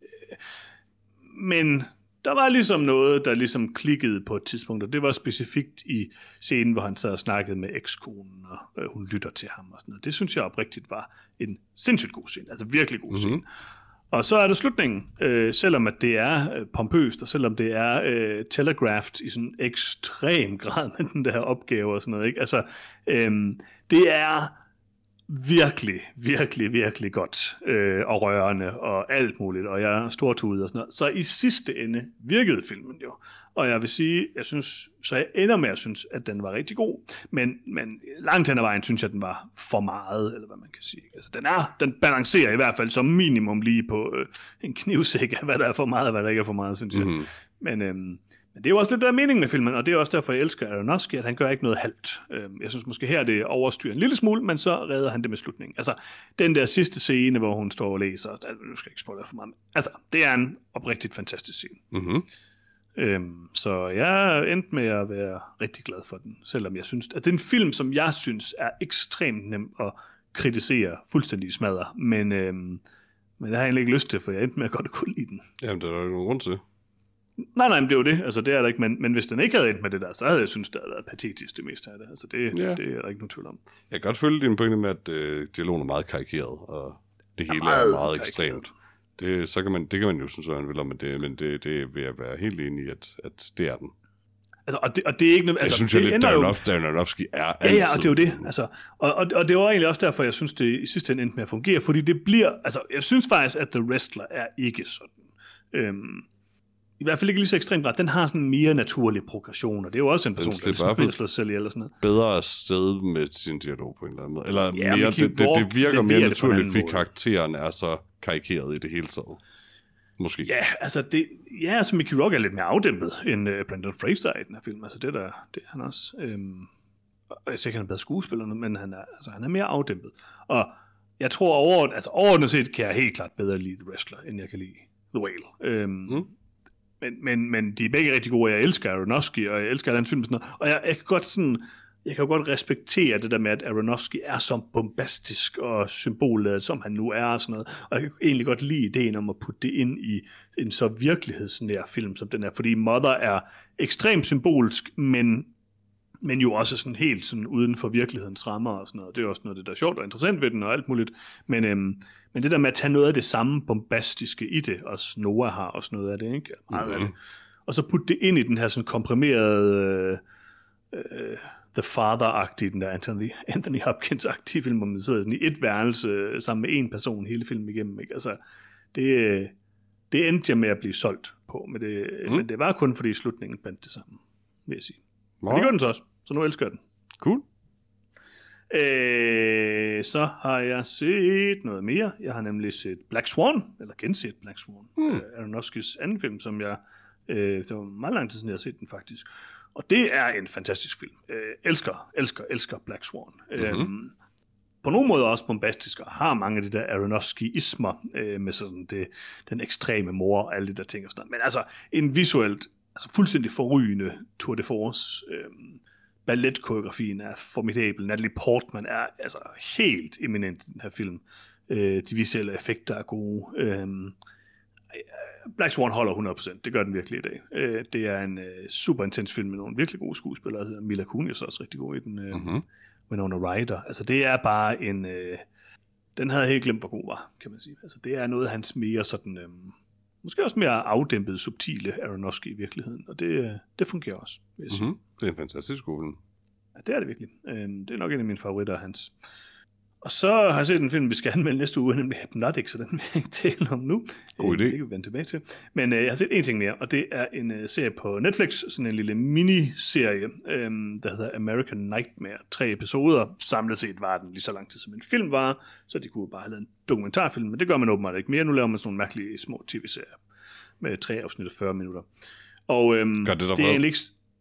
A: men der var ligesom noget, der ligesom klikkede på et tidspunkt, og det var specifikt i scenen, hvor han sad og snakkede med ekskonen, og øh, hun lytter til ham og sådan noget. Det synes jeg oprigtigt var en sindssygt god scene, altså virkelig god scene. Mm-hmm. Og så er det slutningen, øh, selvom at det er øh, pompøst, og selvom det er øh, telegraphed i sådan ekstrem grad med den der opgave og sådan noget, ikke? Altså, øh, det er virkelig, virkelig, virkelig godt øh, og rørende og alt muligt, og jeg er stortudet og sådan noget. Så i sidste ende virkede filmen jo, og jeg vil sige, jeg synes, så jeg ender med at synes, at den var rigtig god, men, men langt hen ad vejen synes jeg, at den var for meget, eller hvad man kan sige. Altså, den er, den balancerer i hvert fald som minimum lige på øh, en knivsæk af, hvad der er for meget og hvad der ikke er for meget, synes jeg. Mm-hmm. Men øhm, Men det er jo også lidt der mening med filmen, og det er også derfor, jeg elsker Aronofsky, at han gør ikke noget halvt. Jeg synes måske her, det overstyrer en lille smule, men så redder han det med slutningen. Altså, den der sidste scene, hvor hun står og læser, nu skal jeg ikke spoilere for meget, altså, det er en oprigtigt fantastisk scene. Mm-hmm. Øhm, så jeg endte med at være rigtig glad for den, selvom jeg synes, at det er en film, som jeg synes er ekstremt nem at kritisere, fuldstændig smadre, men, øhm, men det har jeg egentlig ikke lyst til, for jeg endte med at godt kunne lide den.
B: Jamen, det er der jo nogen grund til.
A: Nej, nej, men det er jo det. Altså, det er der ikke. Men, men hvis den ikke havde endt med det der, så havde jeg synes det havde været patetisk det meste af det. Altså, det, ja. det er der ikke nogen tvivl om.
B: Jeg kan godt følge din pointe med, at øh, dialogen er meget karikeret, og det hele er meget, er meget ekstremt. Det, så kan man, det kan man jo synes, hvad man vil om, men det, men det, det vil jeg være helt enig i, at, at det er den.
A: Altså, og, det, og det er ikke noget... Altså,
B: jeg synes jo lidt, at Aronofsky er altid...
A: Ja, ja, og det er jo det. Altså, og, og, og det var egentlig også derfor, jeg synes, det i sidste ende endte med at fungere, fordi det bliver... Altså, jeg synes faktisk, at The Wrestler er ikke sådan. Øhm, I hvert fald ikke lige så ekstremt grad. Den har sådan en mere naturlig progression, og det er jo også en person, der ligesom slår sig selv ihjel eller sådan noget.
B: Bedre sted med sin dialog på en eller anden måde. Eller ja, mere, det, det, det virker mere naturligt, fordi karakteren er så karikeret i det hele taget. Måske.
A: Ja, altså, det, ja, altså Mickey Rourke er lidt mere afdæmpet end uh, Brendan Fraser i den her film. Altså, det der, det er han også. Øhm, og jeg siger ikke, han er bedre skuespiller, men han er, altså, han er mere afdæmpet. Og jeg tror, over, altså, overordnet set kan jeg helt klart bedre lide The Wrestler, end jeg kan lide The Whale. Øhm, mm. Men, men, men de er begge rigtig gode, og jeg elsker Aronofsky, og jeg elsker den film og sådan noget. Og jeg, jeg kan godt sådan, jeg kan godt respektere det der med, at Aronofsky er så bombastisk og symbolladet, som han nu er og sådan noget. Og jeg kan egentlig godt lide ideen om at putte det ind i en så virkelighedsnær film, som den er. Fordi Mother er ekstremt symbolsk, men, men jo også sådan helt sådan uden for virkelighedens rammer og sådan noget. Det er også noget, det der er sjovt og interessant ved den og alt muligt. Men, øhm, men det der med at tage noget af det samme bombastiske i det, og Noah har også noget af det, ikke? Meget mm-hmm. af det. Og så putte det ind i den her sådan komprimerede... Øh, øh, The Father-agtige, den der Anthony, Anthony Hopkins-agtige film, hvor man sidder sådan i et værelse sammen med en person hele filmen igennem. Ikke? Altså, det, det endte jeg med at blive solgt på, men det, mm. men det var kun fordi slutningen bandt det sammen, vil jeg sige. Ja. Og det gør den så også, så nu elsker jeg den.
B: Cool.
A: Øh, så har jeg set noget mere. Jeg har nemlig set Black Swan, eller genset Black Swan. Mm. Aronofskys anden film, som jeg, øh, det var meget lang tid siden, jeg har set den faktisk. Og det er en fantastisk film. Øh, elsker, elsker, elsker Black Swan. Mm-hmm. Øhm, på nogle måder også bombastisk, og har mange af de der Aronofsky-ismer, øh, med sådan det, den ekstreme mor og alle de der ting og sådan noget. Men altså, en visuelt, altså fuldstændig forrygende tour de force. Øh, balletkoreografien er formidabel. Natalie Portman er altså helt eminent i den her film. Øh, de visuelle effekter er gode. Øh, Black Swan holder hundrede procent. Det gør den virkelig i dag. Øh, det er en øh, super intens film med nogle virkelig gode skuespillere. Der hedder Mila Kunis også rigtig god i den. Øh, mm-hmm. Winona Ryder. Altså det er bare en... Øh, den havde jeg helt glemt, hvor god var, kan man sige. Altså det er noget af hans mere sådan... Øh, måske også mere afdæmpet, subtile Aronofsky i virkeligheden. Og det, det fungerer også, vil jeg sige.
B: Mm-hmm. Det er en fantastisk god film.
A: Ja, det er det virkelig. Øh, det er nok en af mine favoritter af hans. Og så har jeg set en film, vi skal anmelde næste uge, nemlig Hypnotic, så den vil jeg ikke tale om nu.
B: God idé.
A: Det kan vi vende tilbage til. Men øh, jeg har set en ting mere, og det er en øh, serie på Netflix, sådan en lille miniserie, øh, der hedder American Nightmare. Tre episoder. Samlet set var den lige så lang tid, som en film var, så de kunne bare have lavet en dokumentarfilm, men det gør man åbenbart ikke mere. Nu laver man sådan nogle mærkelige små tv-serier med tre afsnit af fyrre minutter. Og øh,
B: gør det der
A: det er egentlig ikke...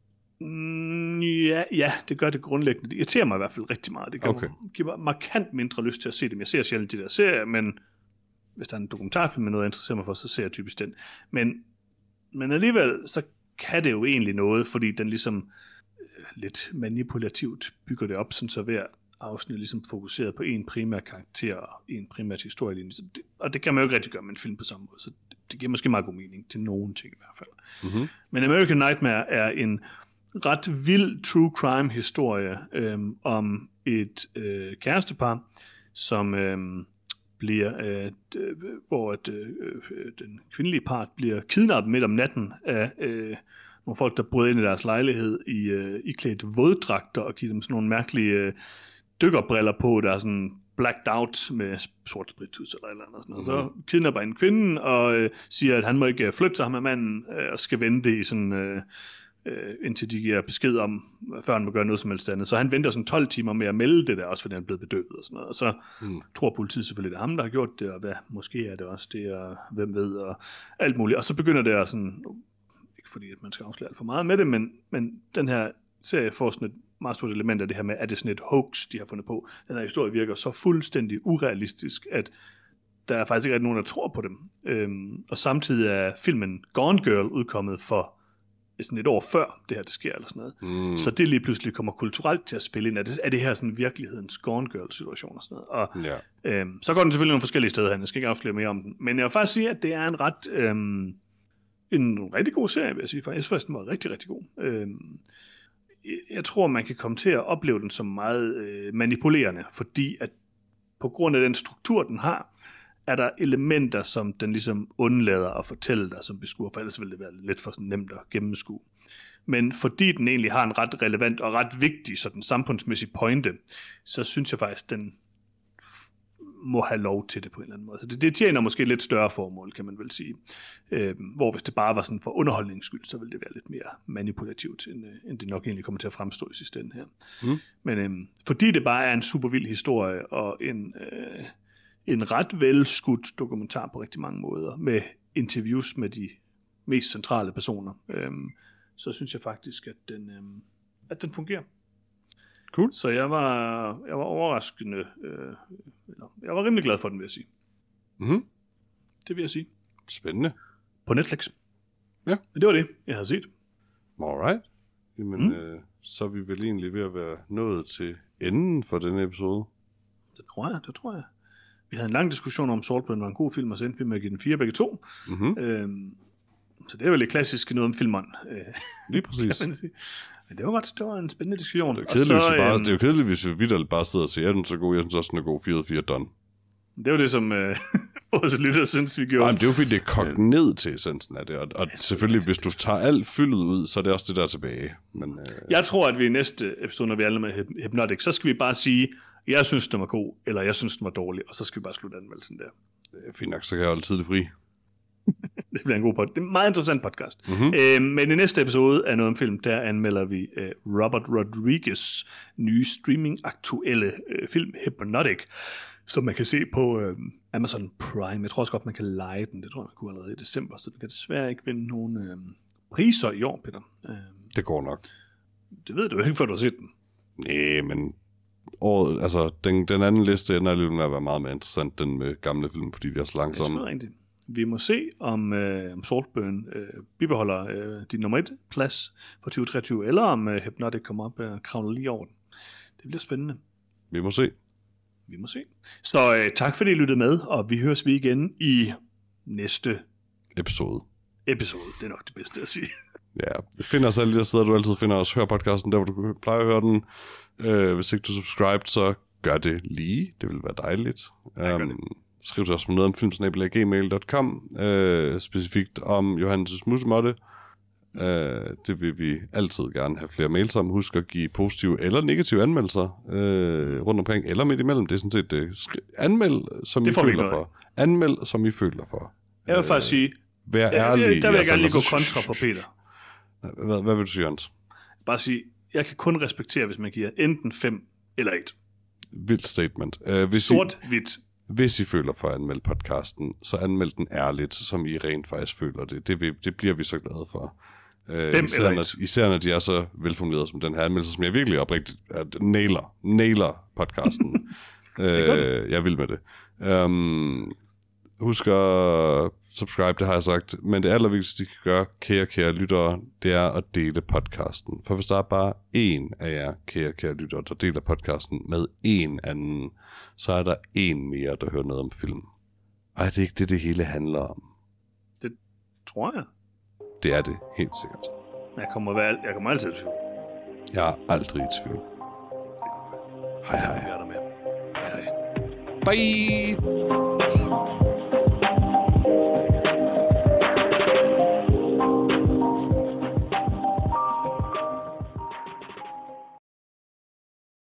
A: Mm, ja, ja, det gør det grundlæggende. Det irriterer mig i hvert fald rigtig meget. Det giver, okay. mig, giver mig markant mindre lyst til at se dem. Jeg ser sjældent de der serier, men hvis der er en dokumentarfilm med noget, jeg interesserer mig for, så ser jeg typisk den. Men, men alligevel, så kan det jo egentlig noget, fordi den ligesom øh, lidt manipulativt bygger det op, sådan så hver afsnit ligesom fokuseret på en primær karakter og en primær historielinje. Det, og det kan man jo ikke rigtig gøre med en film på samme måde, så det, det giver måske meget god mening til nogen ting i hvert fald. Mm-hmm. Men American Nightmare er en ret vild true crime historie øhm, om et øh, kærestepar, som øhm, bliver, øh, øh, hvor et, øh, den kvindelige part bliver kidnappet midt om natten af øh, nogle folk, der bryder ind i deres lejlighed i, øh, i klædt våddragter og giver dem sådan nogle mærkelige øh, dykkerbriller på, der er sådan blacked out med sort spritus eller eller andet. Mm-hmm. Så kidnapper en kvinde og øh, siger, at han må ikke flytte sig med manden øh, og skal vente i sådan... Øh, Øh, indtil de giver besked om, før han må gøre noget som helst andet. Så han venter sådan tolv timer med at melde det der, også fordi han er blevet bedøvet og sådan noget. Og så mm. tror politiet selvfølgelig, det er ham, der har gjort det, og hvad, måske er det også det, og hvem ved, og alt muligt. Og så begynder det at sådan, ikke fordi at man skal afsløre alt for meget med det, men, men den her serie får sådan et meget stort element af det her med, at det er sådan et hoax, de har fundet på. Den her historie virker så fuldstændig urealistisk, at der er faktisk ikke rigtig nogen, der tror på dem. Øhm, og samtidig er filmen Gone Girl udkommet for sådan et år før det her, det sker, eller sådan noget. Mm. Så det lige pludselig kommer kulturelt til at spille ind. Er det, er det her sådan virkelighedens Gone Girl-situation og sådan noget? Og ja. øhm, så går den selvfølgelig nogle forskellige steder hen. Jeg skal ikke afsløre mere om den. Men jeg vil faktisk sige, at det er en ret øhm, en rigtig god serie, vil jeg sige. Jeg synes, den var rigtig, rigtig god. Øhm, jeg tror, man kan komme til at opleve den som meget øh, manipulerende, fordi at på grund af den struktur, den har, er der elementer, som den ligesom undlader at fortælle dig som beskuer, for ellers vil det være lidt for sådan nemt at gennemskue. Men fordi den egentlig har en ret relevant og ret vigtig sådan samfundsmæssig pointe, så synes jeg faktisk, den f- må have lov til det på en eller anden måde. Så det, det tjener måske et lidt større formål, kan man vel sige. Øh, hvor hvis det bare var sådan for underholdningens skyld, så ville det være lidt mere manipulativt, end, øh, end det nok egentlig kommer til at fremstå i sidste ende her. Mm. Men øh, fordi det bare er en super vild historie, og en... Øh, en ret velskudt dokumentar på rigtig mange måder, med interviews med de mest centrale personer, øhm, så synes jeg faktisk, at den, øhm, at den fungerer.
B: Cool.
A: Så jeg var, jeg var overraskende, øh, eller, jeg var rimelig glad for den, vil jeg sige.
B: Mm-hmm.
A: Det vil jeg sige.
B: Spændende.
A: På Netflix.
B: Ja.
A: Men det var det, jeg havde set.
B: Alright. Jamen, mm. øh, så er vi vel egentlig ved at være nået til enden for denne episode.
A: Det tror jeg, det tror jeg. Vi havde en lang diskussion om Saltburn var en god film, og så endte vi med at give den fire begge to. Mm-hmm. Øhm, så det er vel lidt klassisk noget om filmeren. Øh,
B: Lige præcis.
A: Men det var, ret, det var en spændende diskussion.
B: Det er kedeligt, så, bare, øhm, det er jo kedeligt, hvis vi videre bare sidder og siger, at den er så god, jeg synes også, den er god, fire ud af fire done.
A: Det var det, som øh, vores lytter synes, vi gjorde.
B: Nej, det er jo fordi, det er kogt ja. ned til essensen af det. Og, og ja, selvfølgelig, hvis du tager alt fyldet ud, så er det også det der tilbage. Men, øh...
A: Jeg tror, at vi i næste episode, når vi er med Hypnotic, så skal vi bare sige, jeg synes, den var god, eller jeg synes, den var dårlig, og så skal vi bare slutte anmeldelsen der.
B: Det er fint nok, så kan jeg holde tidligt fri.
A: Det bliver en god podcast. Det er en meget interessant podcast. Mm-hmm. Øh, men i næste episode af Noget om Film, der anmelder vi øh, Robert Rodriguez' nye streaming-aktuelle øh, film, Hypnotic, som man kan se på øh, Amazon Prime. Jeg tror også godt, man kan leje den. Det tror jeg, man kunne allerede i december, så den kan desværre ikke vinde nogen øh, priser i år, Peter. Øh,
B: det går nok.
A: Det ved du ikke, før du har set den.
B: Nej, men året, altså, den, den anden liste ender alligevel med at være meget mere interessant, den med gamle film, fordi de er så langsomme.
A: Det er rigtigt. Vi må se, om, øh, om Saltburn øh, bibeholder øh, din nummer et plads for tyve treogtyve, eller om øh, Hypnotic kommer op og kravler lige over den. Det bliver spændende.
B: Vi må se.
A: Vi må se. Så øh, tak fordi I lyttede med, og vi høres vi igen i næste
B: episode.
A: Episode, det er nok det bedste at sige.
B: Ja, find os alle de steder, du altid finder os. Hør podcasten der, hvor du plejer at høre den. Uh, hvis ikke du er subscribed, så gør det lige. Det vil være dejligt. Um, skriv til os om noget om film snabel-a gmail punktum com, uh, specifikt om Johannes' musemåtte. Uh, det vil vi altid gerne have flere mails om. Husk at give positive eller negative anmeldelser uh, rundt omkring, eller midt imellem. Det er sådan set det. Skri- anmeld, som I føler for. Anmeld, som I føler for.
A: Jeg vil faktisk sige,
B: vær ærlig.
A: Der, der vil jeg gerne lige gå kontra på Peter.
B: Hvad, hvad vil du sige, Jens?
A: Bare sige, jeg kan kun respektere, hvis man giver enten fem eller et.
B: Vildt statement. Uh, hvis
A: Sort-hvidt.
B: Hvis I føler for at anmelde podcasten, så anmeld den ærligt, som I rent faktisk føler det. Det, vil, det bliver vi så glade for. Øh, især, når, især når de er så velformuleret som den her anmeldelse, som jeg virkelig oprigtigt at nailer, nailer podcasten. øh, jeg vil med det. Um, husk at subscribe, det har jeg sagt. Men det allervigtigste, de kan gøre, kære, kære lyttere, det er at dele podcasten. For hvis der er bare én af jer, kære, kære lyttere, der deler podcasten med én anden, så er der én mere, der hører noget om film. Og er det ikke det, det hele handler om?
A: Det tror jeg.
B: Det er det, helt sikkert.
A: Jeg kommer, vel, jeg kommer altid i tvivl.
B: Jeg er aldrig i tvivl. Hej hej.
A: Jeg er der med. Hej hej.
B: Bye!